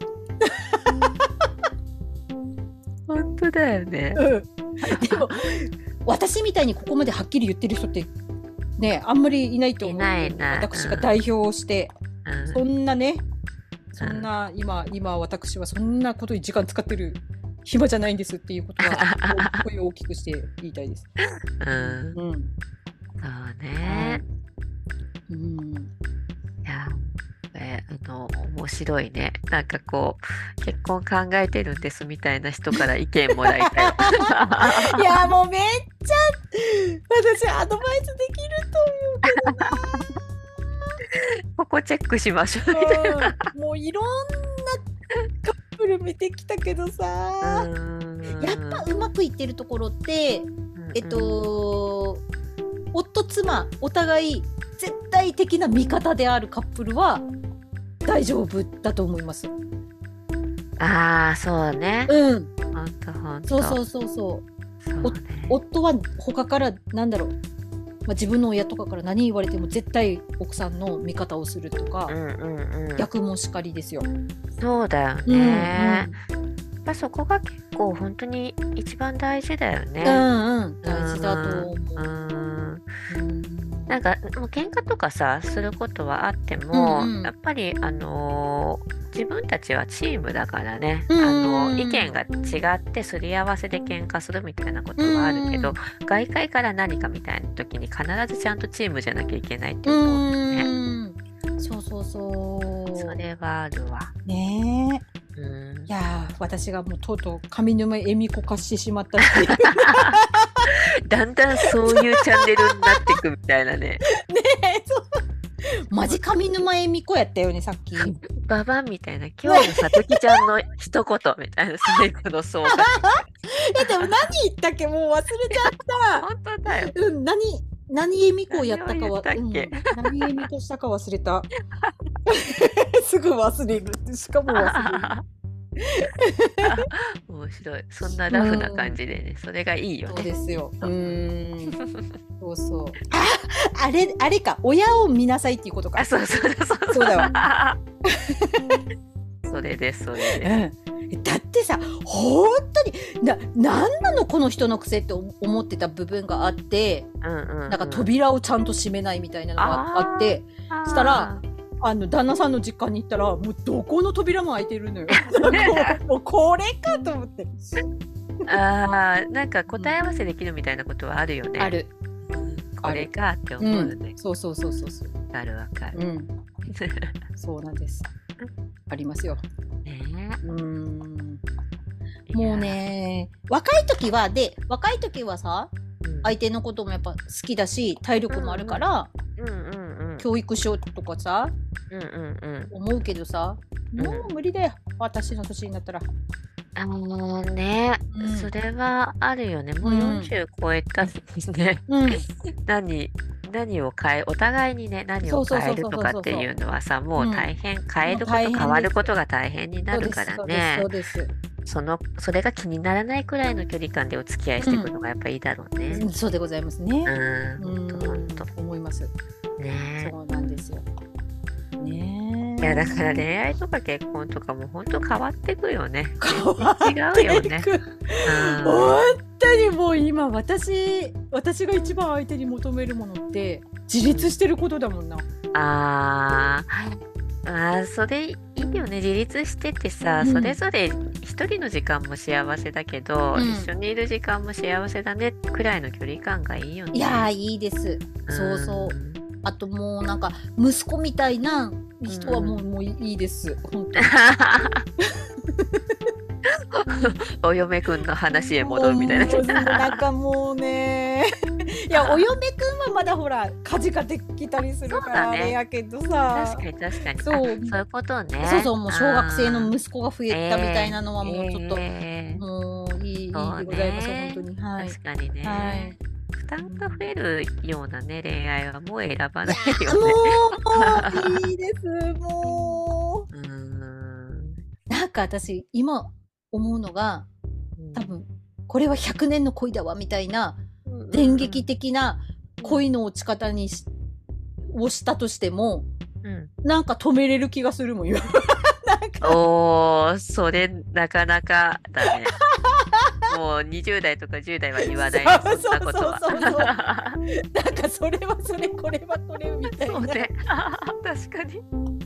ほんとだよね。 うん。でも、私みたいにここまではっきり言ってる人ってね、あんまりいないとい思うんで、 ないな。 私が代表をして、 うん。 そんなね、そんうん。 な今今私はそんなことに時間使ってる暇じゃないんですっていうことは、お声を大きくして言いたいです。 うん。 うん。 そうはね。 い。うん。 いや、え、あの、面白いね。なんかこう、結婚考えてるんですみたいな人から意見もらいたい。 いや、もうめっちゃ、私アドバイスできると思うけどな。 ここチェックしましょうみたいな。 うん、もういろんなカップル見てきたけどうさ、 ーやっぱん。 うまくいってるところって、 うんえっうん。 と、夫妻お互い絶対的な味方であるカップルは大丈夫だと思います。 ああ、そうね。 うん。 ほんとほんと。 そうそうそうそう。おそうね。 夫は他からなんだろう、まあ、自分の親とかから何言われても絶対奥さんの味方をするとか、 うんうんうん。 逆もしかりですよ。 そうだようんうね。 ん。 やっぱそこが結構ほんとに一番大事だようね。 んうん、 う大事だとーん。 思うう。 ーん。 うんなんか、もう喧嘩とかさ、することはあってうんも、 うんやっぱりあの、自分たちはチームだからね、 うんあの、 うん意見が違ってすり合わせで喧嘩するみたいなこうとはあるけど、 ん外界から何かみたいな時に必ずちゃんとチームじゃなきゃいけないってう思うよね。 ん、そうそうそそれはあるわ。 う。ねうえ。いん。 やー、私がもうとうとう上沼恵美子化してしまったっていう。 だんだんそういうチャンネルになっていくみたいなね。 ねえ、そう。マジ上沼恵美子やったよね、さっき。 ババンみたいな、今日のさときちゃんの一言みたいな最後の総括。 え、でも何言ったっけ、もう忘れちゃった。 本当だよ。 うん、何、何恵美子やったかは、 何を言ったっけ。 うん、何恵美子したか忘れた。すぐ忘れる。しかも忘れる。 面白い。そんなラフな感じでね、それがいいよそうね。 ですよ。うーん。そうそう。あ、あれ、あれか。親を見なさいっていうことか。 あ、そうそうそうそう。 そうだわ。 それです、それです。 うん。だってさ、本当にな、なんなのこの人の癖って思思ってた部分があって、 うんうんうん。 なんか扉をちゃんと閉めないみたいなのがああって、 あ。 したら、あの旦那さんの実家に行ったら、もうどこの扉も開いてるのよ。なんかもうこれかと思って。 ああ、なんか答え合わせできるみたいなことはあるよね。 ある。 これかって思ううよね。 ん。そうそうそうそうそう。 わかるわかる。 うん。そうなんです。ありますよ。 ねうーん。 え。 もうね、若い時は、で、若い時はさ、 いや。 相手のこともやっぱ好きだし、体力もあるから、 うんうんうん。 教育しようとかさ、 うんうんうん。 思うけどさ、 うんもう無理だよ。私の年になったら。 あのね、 うんそれはあるよね。もううんよんじゅう超えたのにね、 うん。 何何を変えお互いにね、何を変えるとかっていうのはさ、もう大変、変えること、 もう大変です変わることが大変になるからそうです、 ねそう。です、そうです。 その、それが気にならないくらいの距離感でお付き合いしていくのがやっぱいいだろうね。 うんそうでございますね。 うん、ほんとほんと。 思います。 ねそうなんですよ。ねいや、だから恋愛とか結婚とかもほんと変わってくよね。 変わっていく。 違うよね。うん。 本当にもう今私私が一番相手に求めるものって自立してることだもんな。 あーあー、それいいよね。自立しててさ、 うんそれぞれ一人の時間も幸せだけど、 うん一緒にいる時間も幸せだねくらいの距離感がいいよね。 いやーいいです。そうそう。あともうなんか息子みたいな人はもう、 うもういいです本当に。 お嫁くんの話へ戻るみたいな。 もうなんかもうねいやお嫁くんはまだほら家事ができたりするからあそうだねれやけどさ。 確かに確かに。 そうあそういうことね。 そうそうもう小学生の息息子が増えたみたいなのはもうちょっと、 えーもういいいいでそうねございます本当にはい。 確かにね。 はい負担が増えるようなね、恋愛はもう選ばないいやよね。 もういいですもうーん。 うなんか私今思うのがうん多分これはひゃくねんの恋だわみたいなうんうんうん電撃的な恋の落ち方にしをしたとしてもうんなんか止めれる気がするもん今なんかおー、それなかなかだね。もうにじゅう代とかじゅう代は言わないね、 そうそんなことは。 そうそうそうそうなんかそれはそれこれはこれみたいなそうね。確かに。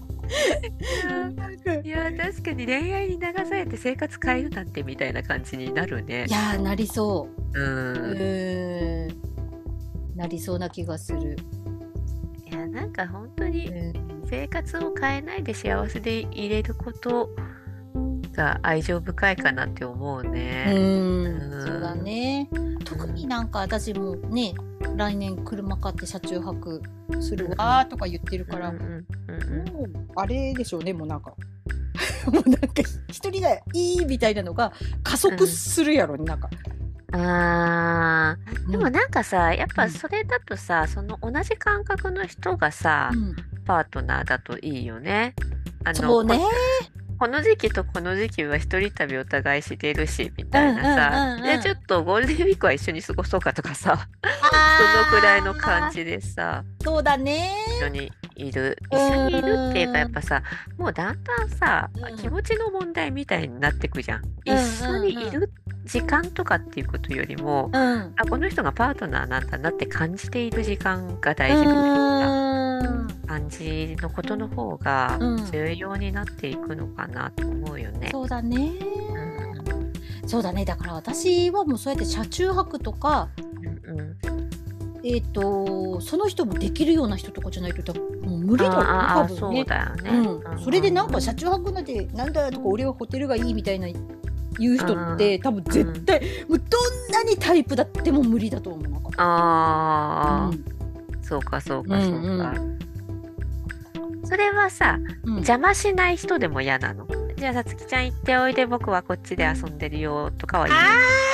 いや、確かに恋愛に流されて生活変えるなんてみたいな感じになるねい。やーなりそうううん。 ーんなりそうな気がする、 いや、なんか本当にうん生活を変えないで幸せでいれることが愛情深いかなって思ううね。 ーんうんそうだね特になんか私もね来年車買って車中泊するわーとか言ってるから、 うんうんうんうんもうあれでしょうねもうなんかもうなんか一人がいいみたいなのが加速するやろね、なんかあーでもうんなんかさ、やっうんぱそれだとさ、その同じ感覚の人がさ、 うんパートナーだといいよね。あのそうねここの時期とこの時期は一人旅お互いしてるしみたいなさ、 うんうんうんうんじゃあちょっとゴールデンウィークは一緒に過ごそうかとかさ、 あそのくらいの感じでさ、 ーそうだね一緒にいる一緒にいるっていうかやっぱさ、もうだんだんさ、 うん気持ちの問題みたいになってくじゃん。一うん緒にいる時間とかっていうことよりも、 うんあこの人がパートナーなんだなって感じている時間が大事みたいなうん感じのことの方がうん重要になっていくのかなと思うよね。 そうだねうんそうだねだから私はもうそうやって車中泊とかうんうんえっ、とその人もできるような人とかじゃないと多分もう無理だよねあああそう多分ねだよね。 うん、それでなんか車中泊なんてなんだとか俺はホテルがいいみたいな言う人って多分絶対もうどんなにタイプだっても無理だと思うなんかああ、 うんそうかそうかそうか。 うんそれはさ、 うん邪魔しない人でも嫌なの。じゃあさつきちゃん行っておいで僕はこっちで遊んでるよとかはいいの。 あ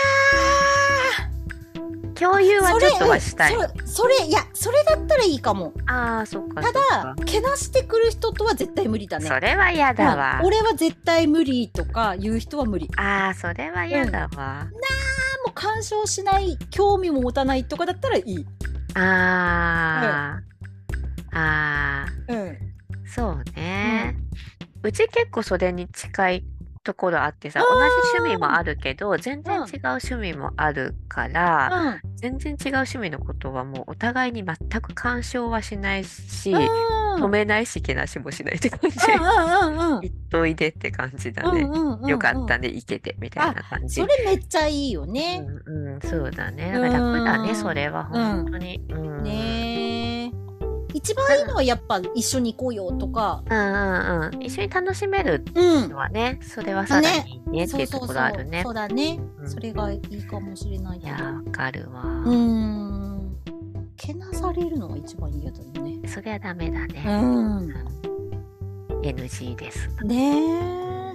共有はーそれちょっとはしたい。 それそれいやそれだったらいいかもああそっかたそっかだけなしてくる人とは絶対無理だねそれは嫌だわ。 うん俺は絶対無理とか言う人は無理ああそれは嫌だわ。 もう干渉しない興味も持たないとかだったらいいああ、ああ、 うんそうね、うち結構それに近いところあってさ、同じ趣味もあるけど、全然違う趣味もあるから、 うん全然違う趣味のことはもうお互いに全く干渉はしないし、 うん止めないし、けなしもしないって感じ。 うんうんうん行っといでって感じだね。 うんうんうんうんよかったね、行けて、みたいな感じ。 それめっちゃいいよね。 うんうん、そうだね。だから楽だね、 うんそれは本当に。うん、 ねえ。一番いいのはやっぱ一緒に行こうよとか。 うんうんうん。一緒に楽しめるうんの。はね、それはさらにいいねっていうところあるねそう。だね、 うんそれがいいかもしれないいや、 けど。 わかるわ。 うーん。けなされるのが一番嫌だよね。 それはダメだね。 うん。 エヌジー です。 ねえ。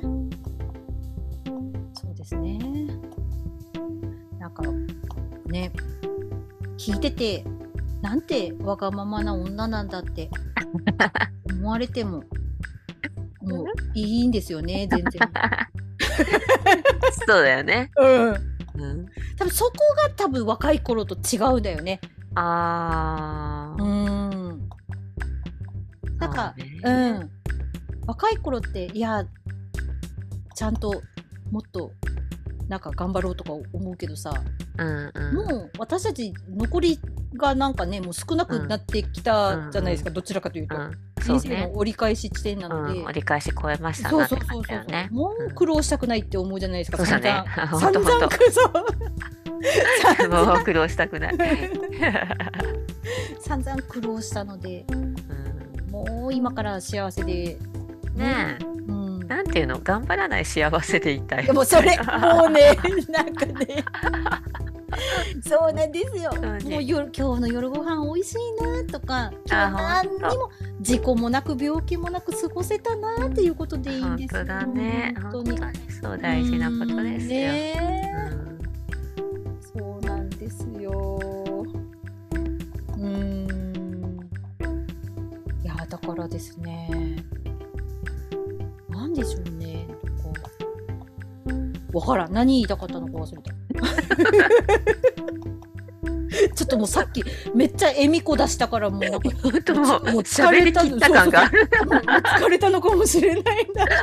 そうですね。なんかね、聞いてて、なんてわがままな女なんだって思われても、もういいんですよね、全然。 そうだよね。 うん。 うん、 多分そこが多分若い頃と違うんだよね。うあー。 ん。なんか、 そうねうん。若い頃っていやちゃんともっとなんか頑張ろうとか思うけどさ、 うんうん、 もう私たち残りがなんかねもう少なくなってきたじゃないですか、 うんどちらかというと、 うん、そう人生ねの。折り返し地点なので、 うん、折り返し超えましたそうなって感そうそうそう、 じだよね。 もう苦労したくないって思うじゃないですか、 そうだね。 散々 ほんとほんと。 散々 もう苦労したくない。 散々苦労したのでうん、 もう今から幸せでねえ、 うんなんていうの、頑張らない幸せでいたい。 でもそれもうねなんかねそうなんですよ、 そうねもう夜今日の夜ご飯美味しいなとかあ今日何ほんにも事故もなく病気もなく過ごせたなっていうことでいいんですよ本当だね。 本当に本当にそう大事なことですよ。 うんねうんそうなんですよからですね、なんでしょうね、こうわからん、何言いたかったのか忘れた。ちょっともうさっきめっちゃえみこ出したからもうなんか本当もう喋りきった感がある。 疲れたのかもしれないんだ。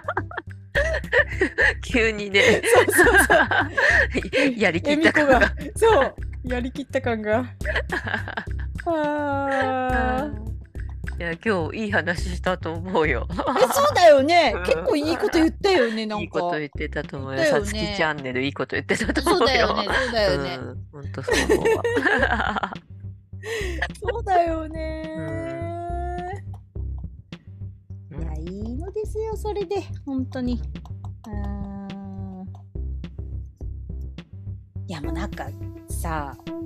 急にね。 そうそうそう。 やりきった感が。 そうやりきった感が。あいや今日いい話したと思うよ。 えそうだよね。結構いいこと言ったよね。なんかいいこと言ってたと思うよ。さつきチャンネルいいこと言ってたと思うよ。 そうだよね。そうだよね。 本当そう思うわ。 そうだよね。いやいいのですよそれで本当に。うんいやもうなんかさ、うん、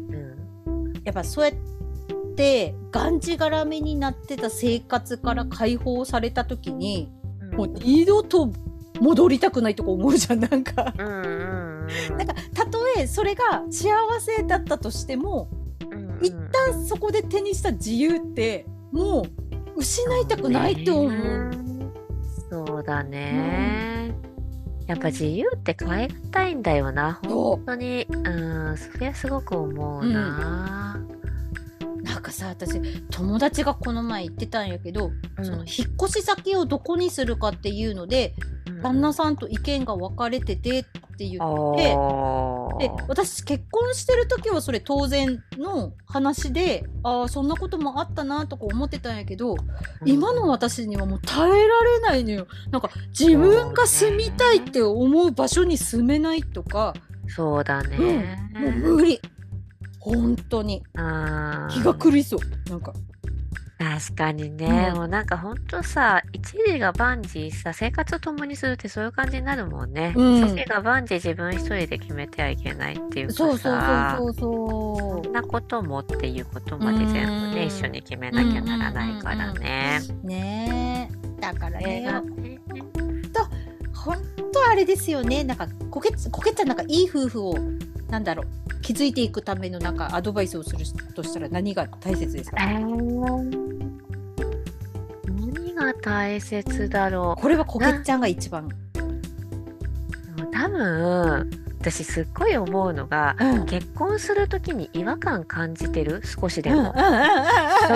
やっぱそうやってがんじがらめになってた生活から解放された時に、うん、もう二度と戻りたくないとか思うじゃんなんか。うんうんうん、なんかたとえそれが幸せだったとしても、うんうん、一旦そこで手にした自由ってもう失いたくないと思う。 そうだね、うん、やっぱ自由って変えたいんだよな本当に。うんそれはすごく思うな、 うん、なんかさ私友達がこの前言ってたんやけど、うん、その引っ越し先をどこにするかっていうので、うん、旦那さんと意見が分かれててって言って、で私結婚してる時はそれ当然の話でああそんなこともあったなとか思ってたんやけど、うん、今の私にはもう耐えられないのよ。なんか自分が住みたいって思う場所に住めないとか。 そうだね、 うん、もう無理本当にあ気が狂いそうなんか。 確かにね、うん、もうなんかほんとさ一時が万事さ生活を共にするってそういう感じになるもんね、うん、それが万事自分一人で決めてはいけないっていうかさ、 そうそうそうそうそんなこともっていうことまで全部ね、うん、一緒に決めなきゃならないからね、 うんうんうん、ねえだからねほんとほんとあれですよね。なんかこけこけちゃんなんかいい夫婦をなんだろう築いていくためのなんかアドバイスをするとしたら何が大切ですか、えー、 何が大切だろう。 これはこけちゃんが一番。 多分私すっごい思うのが、うん、結婚する時に違和感感じてる少しでも、うんうんうんうん、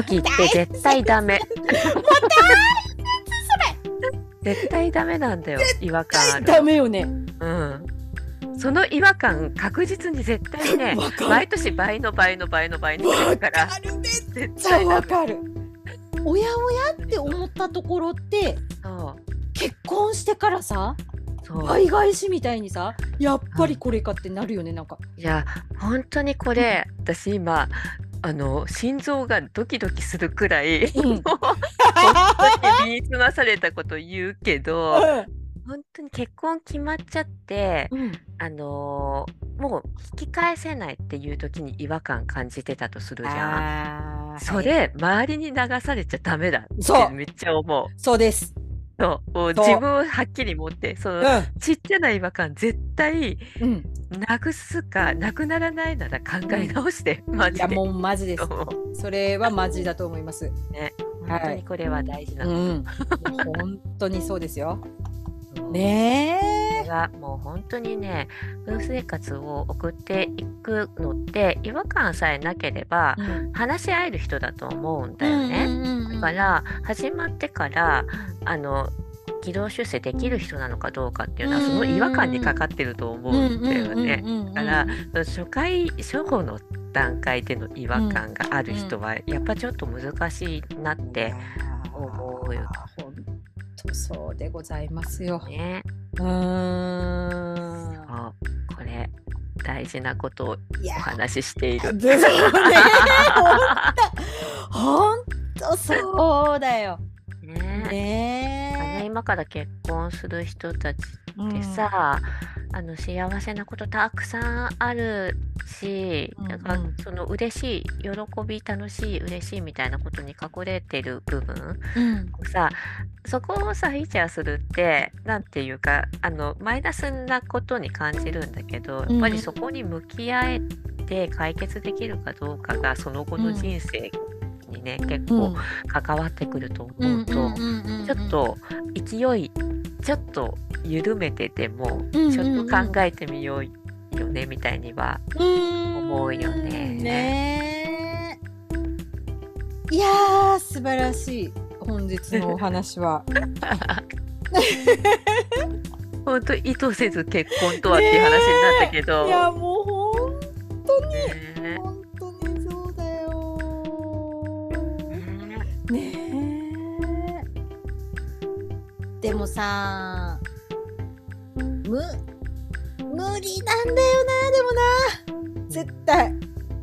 時って絶対ダメ。絶対ダメなんだよ違和感ある。 ダメよね。 うん。その違和感確実に絶対ね毎年倍の倍の倍の倍になるから。 わかるめっちゃわかる。おやおやって思ったところってそう結婚してからさ倍返しみたいにさやっぱりこれかってなるよね、うん、なんか。 いや本当にこれ私今あの心臓がドキドキするくらい、うん、本当に身につまされたこと言うけど、うん、本当に結婚決まっちゃって、うん、あのー、もう引き返せないっていう時に違和感感じてたとするじゃん。それ、はい、周りに流されちゃダメだってめっちゃ思う。 そうです。 そうもう自分をはっきり持ってその、うん、ちっちゃな違和感絶対、うん、なくすかなくならないなら考え直して、うん、マジで。 いやもうマジです。それはマジだと思います。 ね、本当にこれは大事なの。 はいうん、本当にそうですよ。ねえ。それはもう本当にね夫婦生活を送っていくのって違和感さえなければ、うん、話し合える人だと思うんだよね、うんうんうんうん、だから始まってからあの軌道修正できる人なのかどうかっていうのはその違和感にかかってると思うんだよね。だから初回初歩の段階での違和感がある人はやっぱちょっと難しいなって思うよ。 そうでございますよ。 ね、 うーんそうこれ大事なことをお話ししている。 ほんとそうだよ。 ねね今から結婚する人たちってさ、うん、あの幸せなことたくさんあるし、うんうん、なんかその嬉しい喜び楽しい嬉しいみたいなことに隠れてる部分、うん、さそこをさフィーチャーするってなんていうかあのマイナスなことに感じるんだけど、やっぱりそこに向き合えて解決できるかどうかがその後の人生にね結構うん関わってくるとうん思うと、 うんうんうんうんちょっと勢いちょっと緩めてても、 うんうんうんちょっと考えてみようよねみたいにはうーん思うよね。 ねえいやー素晴らしい本日のお話は。 本当意図せず結婚とはっていう話になったけど、 いやもう本当にね本当にそうだよねえ。でもさむ無理なんだよなでもな絶対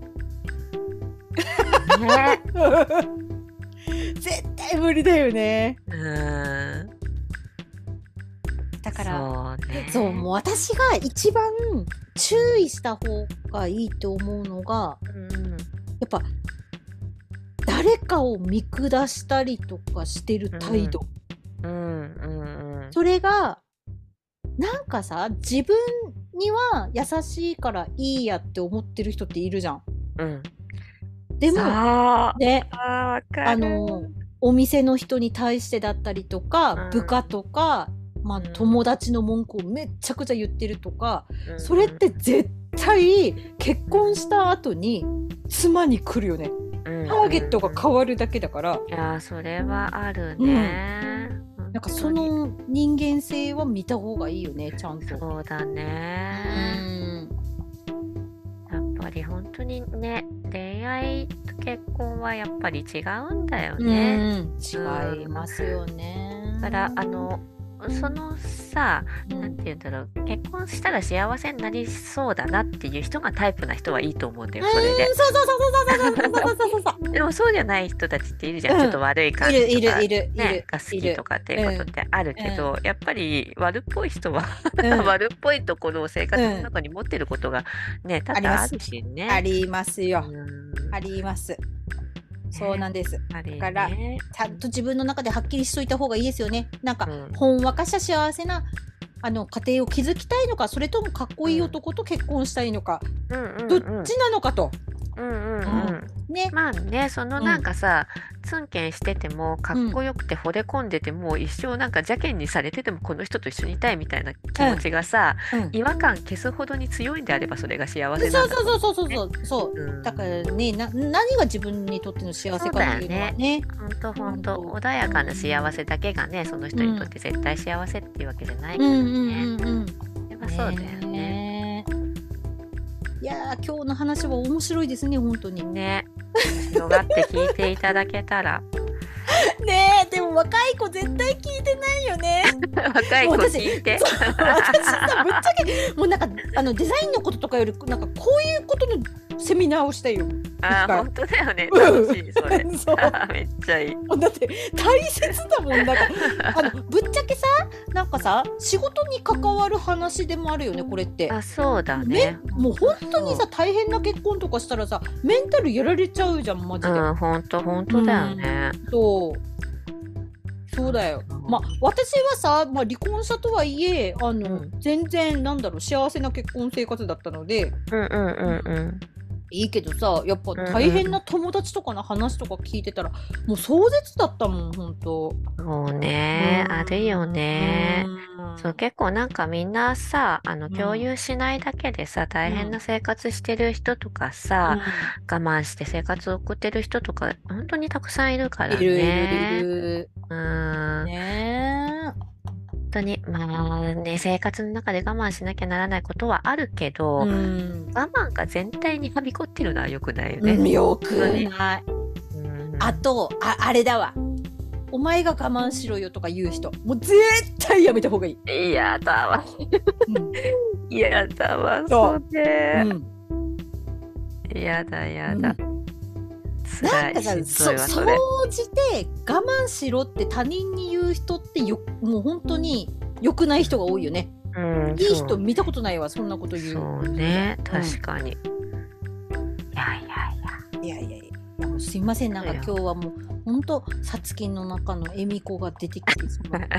ね絶対無理だよね。 うんだからそうねそうもう私が一番注意した方がいいと思うのがうんやっぱ誰かを見下したりとかしてる態度、 うんうんうんそれがなんかさ自分には優しいからいいやって思ってる人っているじゃん。 うんでもそうねあーわかるあのお店の人に対してだったりとか、 うん部下とか、まあうん友達の文句をめっちゃくちゃ言ってるとか、 うんそれって絶対結婚した後に妻に来るよね。 うんターゲットが変わるだけだから、 いやーそれはあるね、 なんかその人間性は見た方がいいよねちゃんと。 そうだうね、 んやっぱり本当にね恋愛と結婚はやっぱり違うんだよね、 うん違いますよね。 だからあのそのさ、 うんなんて言うんだろう、結婚したら幸せになりそうだなっていう人がタイプな人はいいと思うんだよ、それでうん。そうそうそうそうそうそうそうそうそうでもそうじゃない人たちっているじゃん、 うんちょっと悪い感いるいじとか、 るいるいねる、 が好きとかっていうことってあるけど、やっぱり悪っぽい人は、 うん悪っぽいところを生活の中に持ってることがね、多々あるしね。 ありますよ。 うんあります。そうなんです。 あれねだからちゃんと自分の中ではっきりしといた方がいいですよね。なんか、 うんほんわかした幸せなあの家庭を築きたいのか、それともかっこいい男と結婚したいのか、 うんうんうんどっちなのかと。 うんうんうんね。 まあね、そのなんかさ、ツンケンしててもかっこよくて惚れ込んでても、一生なんか邪険にされててもこの人と一緒にいたいみたいな気持ちがさ、 うん違和感消すほどに強いんであればそれが幸せそうんなだそうそうそうそうそう。 うんだからねな、何が自分にとっての幸せかっていうのはね。 ほんとほんとほんと穏やかな幸せだけがね、その人にとって絶対幸せっていうわけじゃないからうんうんね。 うんうん。 それはそうだよね。 ねいやー今日の話は面白いですね本当に。 ね、面白がって聞いていただけたらねえでも若い子絶対聞いてないよね。 若い子聞いて。 そう私さぶっちゃけもうなんかあのデザインのこととかよりなんかこういうことのセミナーをしたいよ。 あー、本当だよね。 うん楽しい、それ。 そうめっちゃいい。 もうだって大切だもんなんかあのぶっちゃけさなんかさ仕事に関わる話でもあるよねこれって。 あ、そうだめね。 もう本当にさ大変な結婚とかしたらさメンタルやられちゃうじゃんマジで。 うん、本当本当だよね。 そうそうだよ。まあ私はさ、まあ、離婚したとはいえあの、 うん全然なんだろう幸せな結婚生活だったのでうんうんうんうん。 いいけどさやっぱ大変な友達とかの話とか聞いてたら、もう壮絶だったもん本当。 そうね、 うんあるよね。 うんそう、結構なんかみんなさ、あのうん共有しないだけでさ、大変な生活してる人とかさ、我慢して生活を送ってる人とか本当にたくさんいるからいるいるいね。 る。 うーん、 ね本当にまあね、生活の中で我慢しなきゃならないことはあるけえ。 ど、 うん。 我慢が全体にはびこってるのは良くないようんね。 よくない。 うんあとああれだわ。お前が我慢しろよとか言う人もう絶対やめた方がいい。 嫌だわ。 うん嫌だわ。 そうそうね。 うん嫌だ嫌だ。 うんなんかさ辛いしんどそいわそれ。 総じて我慢しろって他人に言う人ってよもう本当に良くない人が多いよね。 うん、 いいそう人見たことないわそんなこと言う。 そうね、確かに。いやいやいや。 いやいやいやいやもうすいませんなんかそうよ今日はもう本当さつきの中の恵美子が出てきてしま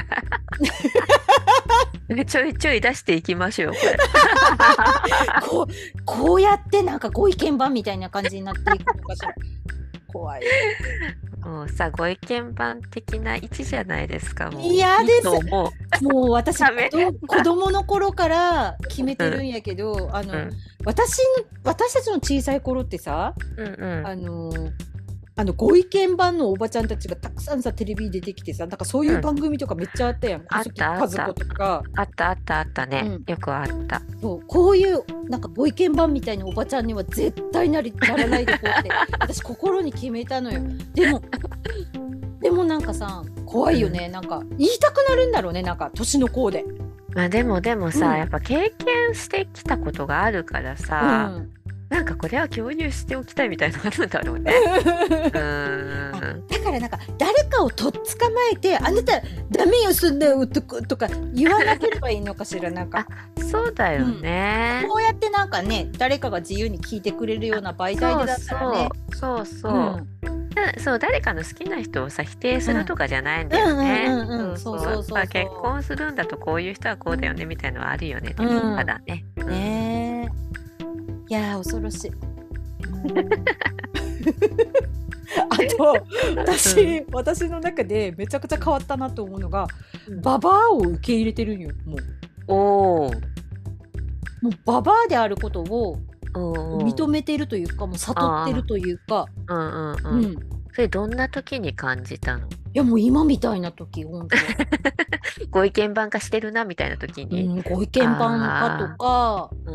うちょいちょい出していきましょう、これ。 こうこうやってなんかご意見番みたいな感じになっていくのかしら。 怖い。 もうさ、ご意見番的な位置じゃないですか。もう嫌です。 いいと思う。 もう私ダメ子子供の頃から決めてるんやけど、あの、 うん私の私たちの小さい頃ってさ、 うんうんあのあのご意見番のおばちゃんたちがたくさんさテレビに出てきてさ、なんかそういう番組とかめっちゃあったやん。 あったあった細木和子とか。 あったあったあったね、 うんよくあった。 そうこういうなんかご意見番みたいなおばちゃんには絶対なりならないでこうって私心に決めたのよ。でもでもなんかさ怖いよね、なんか言いたくなるんだろうね、なんか年の子で。 まあでもでもさ、 うんやっぱ経験してきたことがあるからさ、 うんなんかこれは共有しておきたいみたいなのあるんだろうね。うーん。 だからなんか誰かをとっ捕まえてあなたダメよそんな男とか言わなければいいのかしら。なんかそうだよね。 こうやってなんかね誰かが自由に聞いてくれるような媒体でだったらね。 そうそうそう。 うんだそう誰かの好きな人をさ否定するとかじゃないんだよね。 うんうんうんうんそうそうそうそうやっぱ結婚するんだとこういう人はこうだよねみたいなのはあるよね。 うんただね。 ねえいやー恐ろしい。あと私、私の中でめちゃくちゃ変わったなと思うのが、 うんババアを受け入れてるんよ。もうおお。 もうババアであることを認め。 めているというか、もう悟ってるというか、 うんうんううん。 ん、いそれどんな時に感じたの？ やもう今みたいな時本当ご意見番化してるなみたいな時に。 うん、ご意見番かとか、 うん。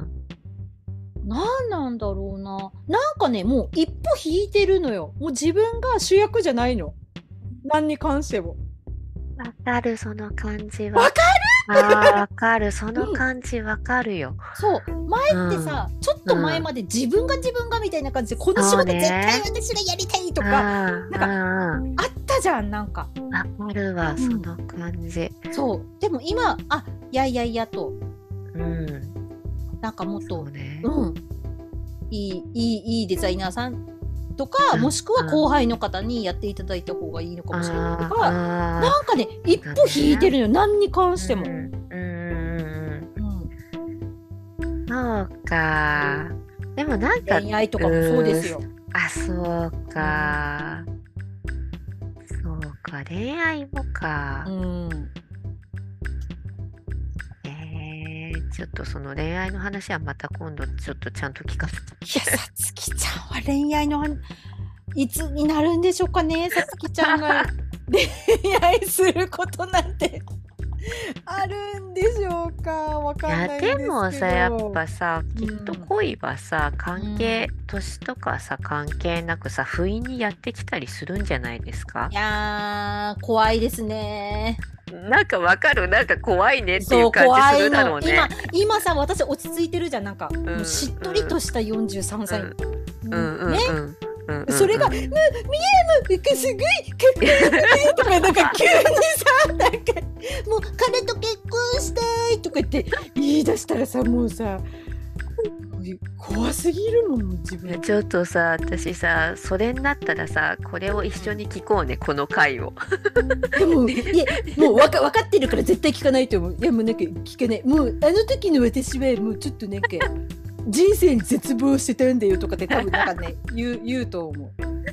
なんなんだろうな、なんかねもう一歩引いてるのよ。もう自分が主役じゃないの。何に関しても。 わかるその感じは。 わかあーわかるその感じわかるよ。 そう前ってさ、ちょっと前まで自分が自分がみたいな感じで、この仕事絶対私がやりたいとかなんかあったじゃん。なんかわかるわ、 うんその感じ。 そうでも今あいやいやいやとうん。 なんかもっそとうね。 うんいいいいいいデザイナーさんとか、 うんもしくは後輩の方にやっていただいた方がいいのかもしれないとか、 あーなんかね一歩引いてるのよ、何に関しても。 うんうんうんうんそうか。でもなんか恋愛とかもそうですよ。 あ、そうか。そうか、恋愛もかう。んえー、ちょっとその恋愛の話はまた今度ちょっとちゃんと聞かせて。 いやさつきちゃんは恋愛の話いつになるんでしょうかね。さつきちゃんが恋愛することなんてあるんでしょうか。わかんないんですけど。 いやでもさやっぱさうんきっと恋はさ関係、年とかさ関係なくさ不意にやってきたりするんじゃないですかい。やー怖いですね。 なんかわかる、なんか怖いねっていそうう感怖いじするだろのうね。 今今さ私落ち着いてるじゃん。なんか、 んもうしっとりとしたよんじゅうさんさい、 うんうんうんね、 うんうんうんうんそれが「もうミヤムすごいかっこいいね」とかなんか急にさなんか「もう彼と結婚したい」とか言って言い出したらさもうさ怖すぎるもん自分。 ちょっとさ私さそれになったらさこれを一緒に聞こうねこの回を。 でもいやもうわか分かってるから絶対聞かないと思う。いやもうなんか聞けない。もうあの時の私はもうちょっとなんか人生に絶望してたんだよとかって多分なんかね言う言うと思う。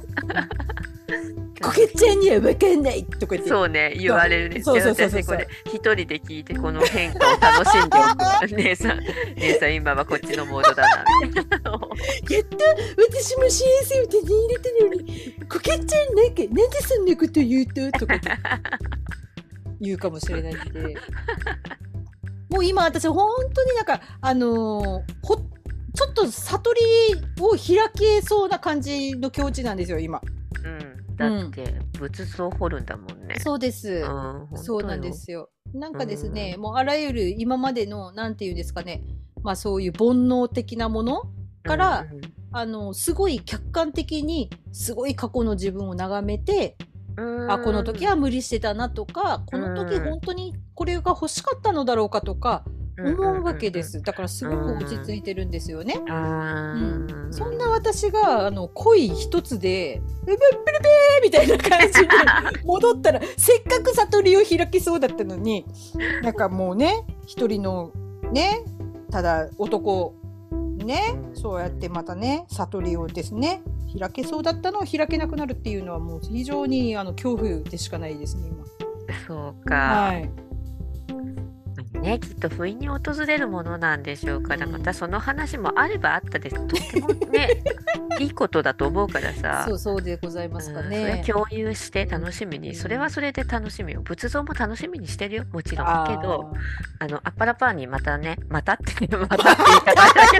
こけちゃんには分かんないとか言って。 そうね言われるね。 そうそうそうそう私これ一人で聞いてこの変化を楽しんでおく。姉さん姉さん今はこっちのモードだなみたいなのを。 やった私も幸せを手に入れたのにこけちゃんなんかなんでそんなこと言うととかって言うかもしれないんでもう今私本当になんかあのー、ほちょっと悟りを開けそうな感じの境地なんですよ今。 うんだって仏像掘るんだもんね。 そうです、 うんそうなんですよ。なんかですね、うん、もうあらゆる今までのなんていうんですかね、まあそういう煩悩的なものから、うんうん、あのすごい客観的にすごい過去の自分を眺めて、うん、あこの時は無理してたなとか、この時本当にこれが欲しかったのだろうかとか思うわけです。だからすごく落ち着いてるんですよね。うん、そんな私があの恋一つでブッブルベーみたいな感じで戻ったらせっかく悟りを開きそうだったのになんかもうね一人のねただ男ね、そうやってまたね悟りをですね開けそうだったのを開けなくなるっていうのはもう非常にあの恐怖でしかないですね今。 そうか、 はい、 ね、きっと不意に訪れるものなんでしょうから、うん、またその話もあればあったです。とってもねいいことだと思うからさ。 そうそうでございますかね。 うん、それは共有して楽しみに、うん、それはそれで楽しみよ。仏像も楽しみにしてるよ、もちろん。けど、あのアッパラパーにまたね、またってまたって言い方だけど。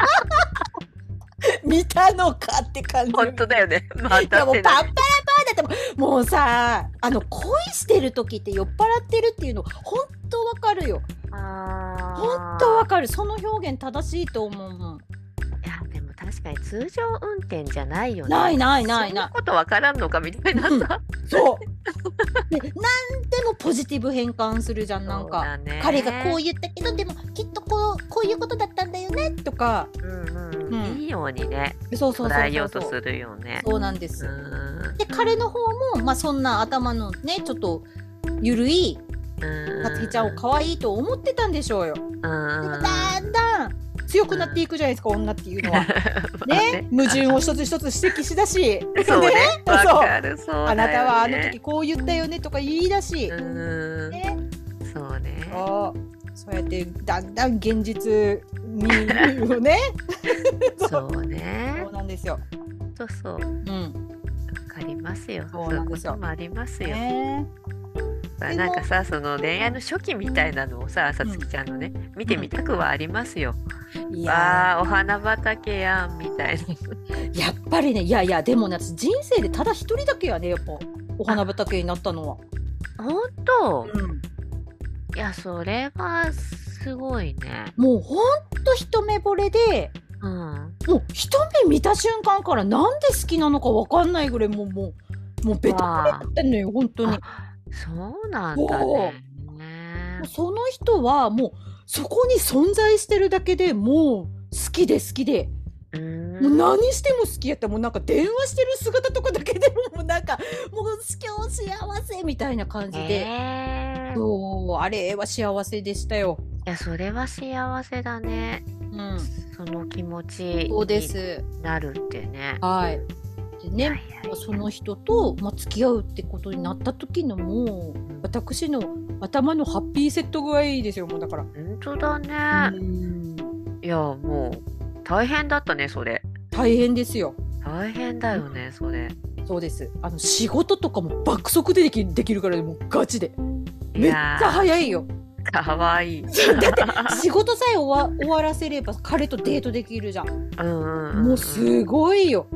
見たのかって感じ。 本当だよね。またってでもパッパラパーだってももうさ、あの恋してる時って酔っ払ってるっていうの本当わかるよ。 あ本当わかる。その表現正しいと思うもん。 いやでも確かに通常運転じゃないよね。 ないないないない。 そんなことわからんのかみたいなさ、 うん、そうでなんでもポジティブ変換するじゃん。なんか、ね、彼がこう言ったけどでもきっとこうこういうことだったんだよねとか、 うんうんうん、いいようにねそうそうそうそう捉えようとするよね。 そうなんです。で彼の方も、まあ、そんな頭のねちょっとゆるいさつきちゃんを可愛いと思ってたんでしょうよ。でもだんだん強くなっていくじゃないですか、女っていうのは。ね、矛盾を一つ一つ指摘しだし、 そうね、わかる、そう。あなたはあの時こう言ったよねとか言い出し、ね、 そうね。 そう、そうやってだんだん現実にをね、 そうね。 そうなんですよ。 そうそう。うん。わかりますよ。そういうこともありますよ。ね、なんかさ、その恋愛の初期みたいなのをさ、さつきちゃんのね、うん、見てみたくはありますよ。うん、いやー、お花畑やんみたいな。 やっぱりね、いやいや、でもね、私人生でただ一人だけやね、やっぱお花畑になったのは。 本当？うん。いや、それはすごいね。 もうほんと一目惚れで、うん、もう一目見た瞬間からなんで好きなのかわかんないぐらいもうもうもうベタベタってんのよ、本当に。 そうなんだね。 その人はもうそこに存在してるだけでもう好きで好きで、うもう何しても好きやった。もうなんか電話してる姿とかだけでももうなんかもう今日幸せみたいな感じで、えー、そうあれは幸せでしたよ。 いやそれは幸せだね。うん、その気持ちになるってね。 はい。でね、いやいやいやその人と、まあ、付き合うってことになった時のもう私の頭のハッピーセット具合ですよ。もうだから本当だね。うんいやもう大変だったねそれ。 大変ですよ。 大変だよね、うん、それ。 そうです。あの仕事とかも爆速ででき、できるからもうガチでめっちゃ早いよ。 かわいい。だって仕事さえ終わ、終わらせれば彼とデートできるじゃん。うんうんうん、もうすごいよ。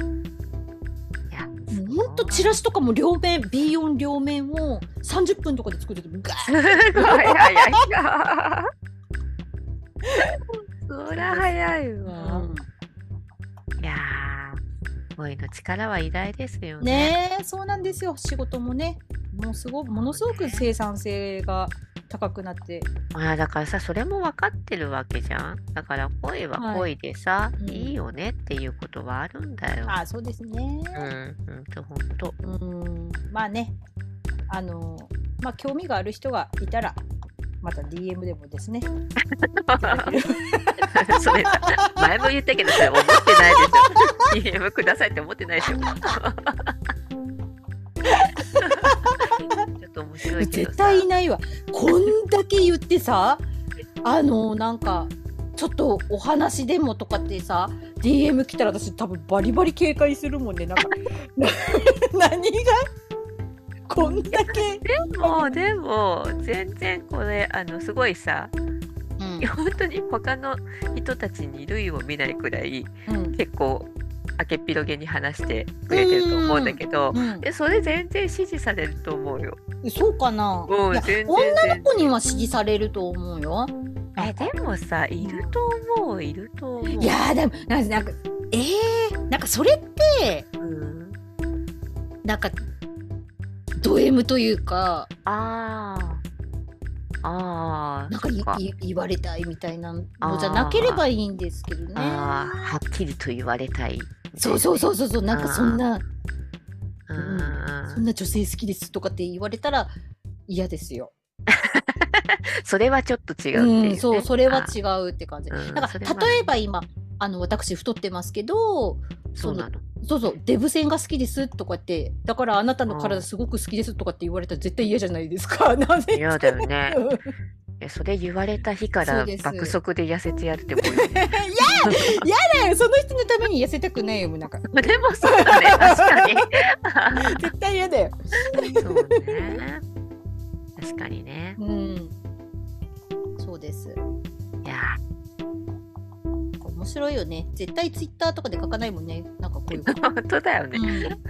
ほんとチラシとかも両面 ビーよん 両面をさんじゅっぷんとかで作っててガーッすごい早いなそりゃ早いわ、うん、いやー恋の力は偉大ですよね。 ねえそうなんですよ。仕事もねもうすごものすごく生産性が高くなって、 あだからさそれも分かってるわけじゃん。だから恋は恋でさ、はい、いいよねっていうことはあるんだよ。 あそうですね。 うんほんとほんと。 うんまあねあのまあ興味がある人がいたらまた ディーエム でもですねそれ前も言ったけどそれ思ってないでしょディーエム くださいって思ってないでしょちょっと面白いけど絶対いないわ。こんだけ言ってさあのなんかちょっとお話でもとかってさ ディーエム 来たら私多分バリバリ警戒するもんね。なんか何がこんだけでもでも全然これあのすごいさ、うん、本当に他の人たちに類を見ないくらい、うん、結構明けっぴろげに話してくれてると思うんだけど、うんうん、でそれ全然支持されると思うよ。 そうかな、うん、いや全然女の子には支持されると思うよ。 えでもさいると思ういると思う。 いやでもなんかえー、なんかそれって、うん、なんかド M というかああなんか言われたいみたいなのじゃなければいいんですけどね。 あはっきりと言われたい。 そうそうそうそうなんかそんな、うん、そんな女性好きですとかって言われたら嫌ですよ。 それはちょっと違うっていう、ね、 うん、そうそれは違うって感じ。だから例えば今あの私太ってますけど、 そうなの。 そうそう、デブ戦が好きですとかって、だからあなたの体すごく好きですとかって言われたら絶対嫌じゃないですか。なぜ嫌だよね。え、それ言われた日から爆速で痩せてやるってもういや、 嫌だよ、その人のために痩せたくないよ、もうなんか。 でもそうだね、確かに。 絶対嫌だよ。 そうね。確かにね。 うん。そうです。 いや。 面白いよね。絶対ツイッターとかで書かないもんね。なんかこういうこと。 本当だよね。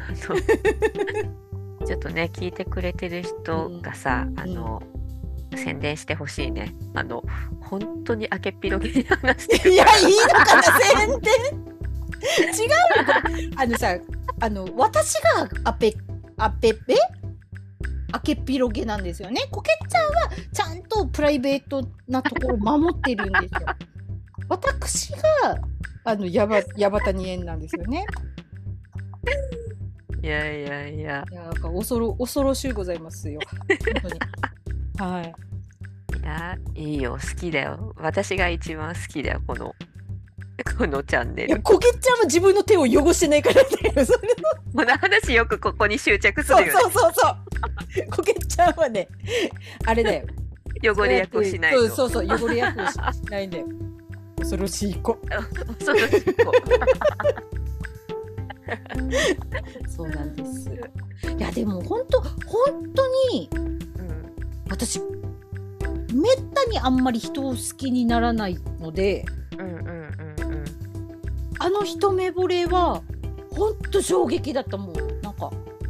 うん、ちょっとね、聞いてくれてる人がさ、うん、あの、うん、宣伝してほしいね。あの、本当に明けっぴろげに話してる。 いや、いいのかな、宣伝。違うよ。あのさ、あの、私がアペ、アペペ明けっぴろげなんですよね。こけちゃんはちゃんとプライベートなところを守ってるんですよ。私があのやばやばたにえんなんですよね。 いやいやいや。 いや、なんか恐ろ恐ろしゅうございますよ。本当に。はい。 いや、いいよ、好きだよ。私が一番好きだよ、このこのチャンネル。 いや、こけちゃんは自分の手を汚してないからね。それこの話よくここに執着するよね。 そうそうそうそう。こけちゃんはね、あれだよ。 汚れ役をしないの。 そうそうそう、汚れ役をしないんだよ。恐ろしい子。 恐ろしい子。 そうなんです。いやでも本当本当に、うん、私めったにあんまり人を好きにならないので、うんうんうんうん、あの一目惚れは本当衝撃だったもん。なんか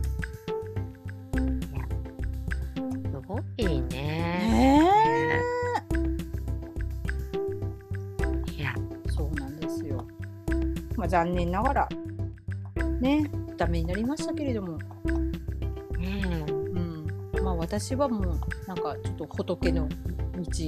すごいね。 ねえ。まあ、残念ながらね、ダメになりましたけれども、ねえ、うん、まあ私はもうなんかちょっと仏の道へ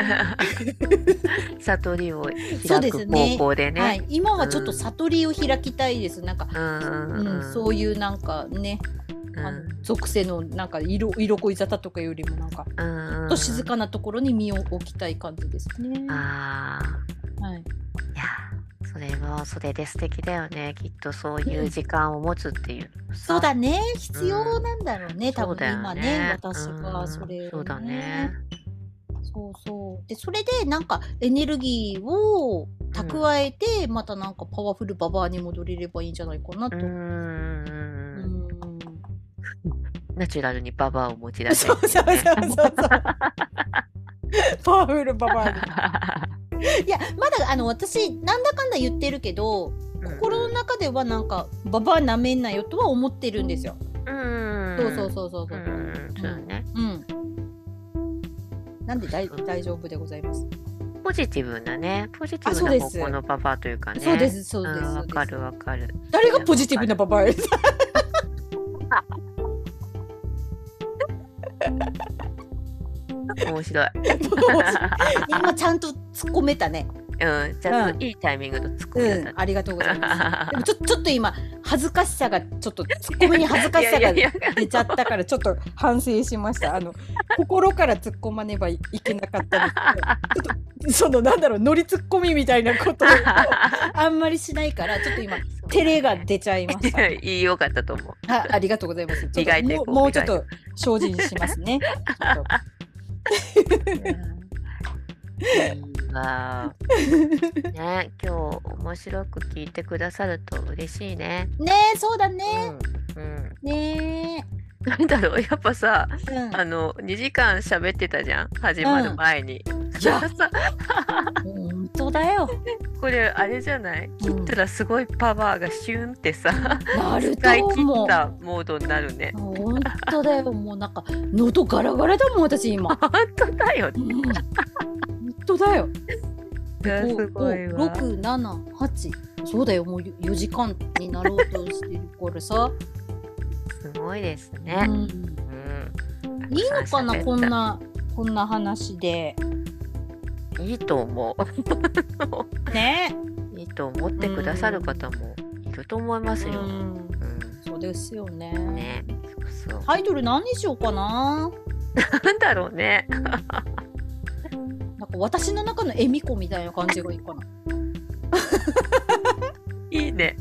悟りを開く方向でね、 はい、今はちょっと悟りを開きたいです。なんか、うんうん、そういうなんかね、あの属性のなんか色色恋沙汰とかよりもなんかちょっと静かなところに身を置きたい感じですね。 ああ、はい。いや。それはそれで素敵だよね。きっとそういう時間を持つっていう、 うん、そうだね、必要なんだろうね、うん、多分今ね、私がそれ、ね、 そうだね。 そうそうで、それでなんかエネルギーを蓄えて、うん、またなんかパワフルババアに戻れればいいんじゃないかなと。うんうんナチュラルにババアを持ち出せ、ね、 そうそうそうそうそうパワフルババアにいや、まだあの私なんだかんだ言ってるけど、うん、心の中ではなんかババアなめんなよとは思ってるんですよ。うん、そうそうそうそうそう。うん、そうね。うん。なんで大大丈夫でございます。 ポジティブなね、ポジティブな方向のババアというかね。 そうですそうです。 わかるわかる。 誰がポジティブなババアです。 面白い。 今ちゃんと突っ込めたね。 うん、ちゃんといいタイミングで突っ込めた、ねうん、ありがとうございます。でもちょちょっと今恥ずかしさがちょっと突っ込みに恥ずかしさが出ちゃったからちょっと反省しました。あの心から突っ込まねばいけなかったですけど、ちょっとそのなんだろう、ノリ突っ込みみたいなことをあんまりしないからちょっと今照れが出ちゃいました。 いいよかったと思う。 あ、ありがとうございます。ちょっともう、もうちょっと精進しますね。 わね、今日面白く聞いてくださると嬉しいね。 ねえ、そうだね。うんうん、ねえ。なんだろう、やっぱさ、うん、あのにじかん喋ってたじゃん、始まる前に。うん、 いやさ、本当だよ。 これあれじゃない？切ったらすごいパワーがシュンってさ、 なると使い切ったモードになるね。 本当だよ、もうなんか喉ガラガラだもん私今。 本当だよね。うん、 本当だよ。 すごいわ。 ろく、なな、はち、そうだよ、もうよじかんになろうとしてるからさ。 すごいですね。うんうん、 いいのかな、こんなこんな話で。 いいと思う。ね。 いいと思ってくださる方もいると思いますよ。うんうん、 そうですよね。 ね、そうそう。 タイトル何にしようかな。 なんだろうね。 なんか私の中の恵美子みたいな感じがいいかな。 いいね。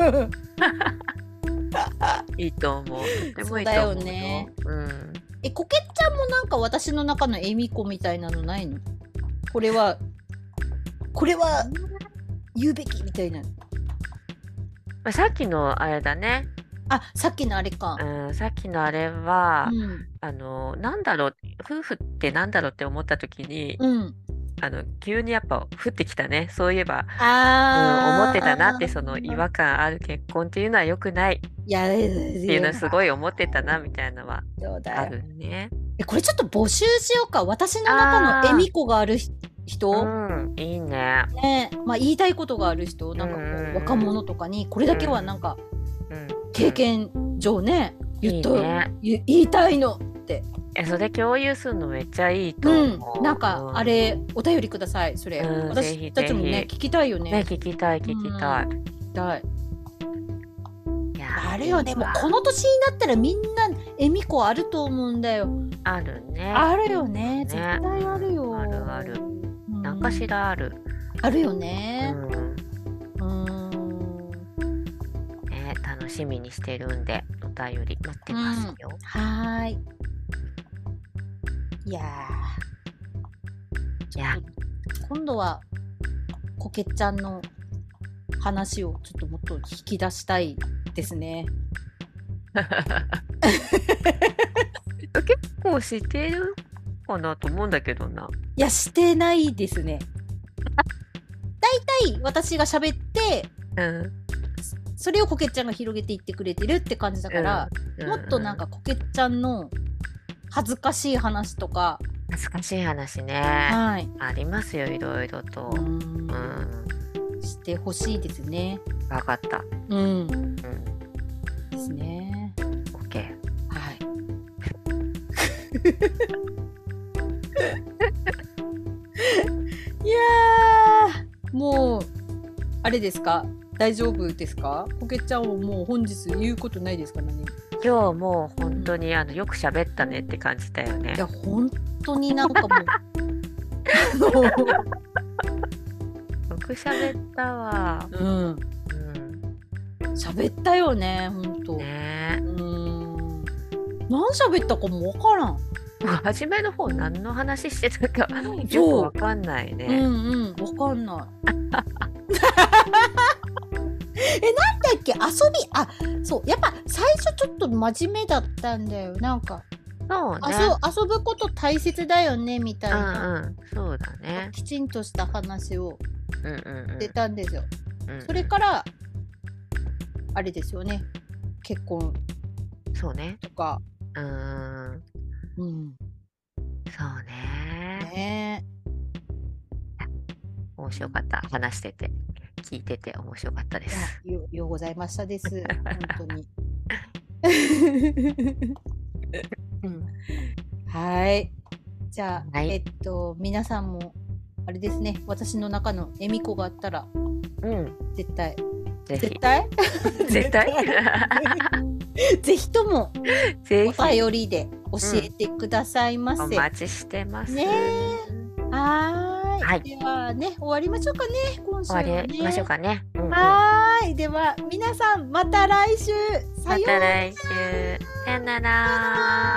いいと思う。とてもいいと思うよ。 そうだよね。 うん。 え、こけちゃんもなんか私の中の恵美子みたいなのないの？これは、これは言うべきみたいな。 まあ、さっきのあれだね。 あ、さっきのあれか。 うん、さっきのあれは、 うん。 あの、なんだろう、夫婦ってなんだろうって思った時に、 うん。 あの、急にやっぱ降ってきたね。そういえば、うん、思あってたなって、そのー。 違和感ある結婚っていうのは良くないっいや、 ていうのはいや、 すごい思ってたな、みたいなのはあそうだよ。 るね。 え、これちょっと募集しようか。私の中の恵あ美子があるひあ、 人、 うん、いいね。 ね、まあ言いたいことがある人、なんかこうんうんううん若者とかに、これだけはなんかうん、 経験上ね、言っと、 いいね。 言言いたいのって。 え、それ共有するのめっちゃいいとうん、 思う。 なんかうんあれお便りください。それ、 うん、ぜひ私たちもねぜ聞きたいよひ。ね、 ね。 聞きたい、聞きたい。 うん、聞きたい。 いやー、 あるよね。 いいわ。 もうこの年になったらみんな恵美子あると思うんだよ。 あるね。 あるよね。 ね絶対あるよ。 あるある。 うん、 なんかしらある。 あるようね。 ん。 うん。 ね、楽しみにしてるんで、お便り待ってますよ。 はーい。いやー、 いや、 今度はこけちゃんの話をちょっともっと引き出したいですね。 結構してるかなと思うんだけどな。 いや、してないですね。だいたい私が喋って、 うん。 それをこけちゃんが広げていってくれてるって感じだから、 うんもっとなんかこけちゃんの恥ずかしい話とか、 恥ずかしい話ね。 はい、 ありますよ、いろいろと。 ううん。 ん、してほしいですね。 わかった。 うん、 うん。 ですね。 オッケー。 はい。いやー、もうあれですか？大丈夫ですか？こけちゃんはもう本日言うことないですか？何？ 今日もう本当にあのよく喋ったねって感じだよね。 いや本当になんかもうよく喋ったわ。 うん、 うん。 喋ったよね、本当。 ねえ。 うん。何喋ったかもわからん。 初めの方何の話してたかよくそうわかんないね。 うんうん、わかんない。え、なんだっけ、遊び、あ、そう、やっぱ最初ちょっと真面目だったんだよ。なんか、 そうね。 遊遊ぶこと大切だよねみたいな、 うんうん、そうだね。 きちんとした話をうんうんうん。 してたんですよ。 うんうんそれからあれですよね。結婚そうね。 とか、 うーん、 うん、 そうね。 ね面白かった。話してて、聞いてて面白かったでえ、いやす。 よようございましたです。本当に。 うん、 はい。じゃあ、 はいえっと皆さんもあれですね。私の中の恵美子があったらうん、 絶対ぜひ絶対絶対ぜひともぜひお便りで教えてくださいませ。 お待ちしてます。 ねはーい。 はいではね、終わりましょうかね。今週はね。 終わりましょうかね。うんうん、まはーい。では皆さんまた来週。さようなら。 た来週。さよなら。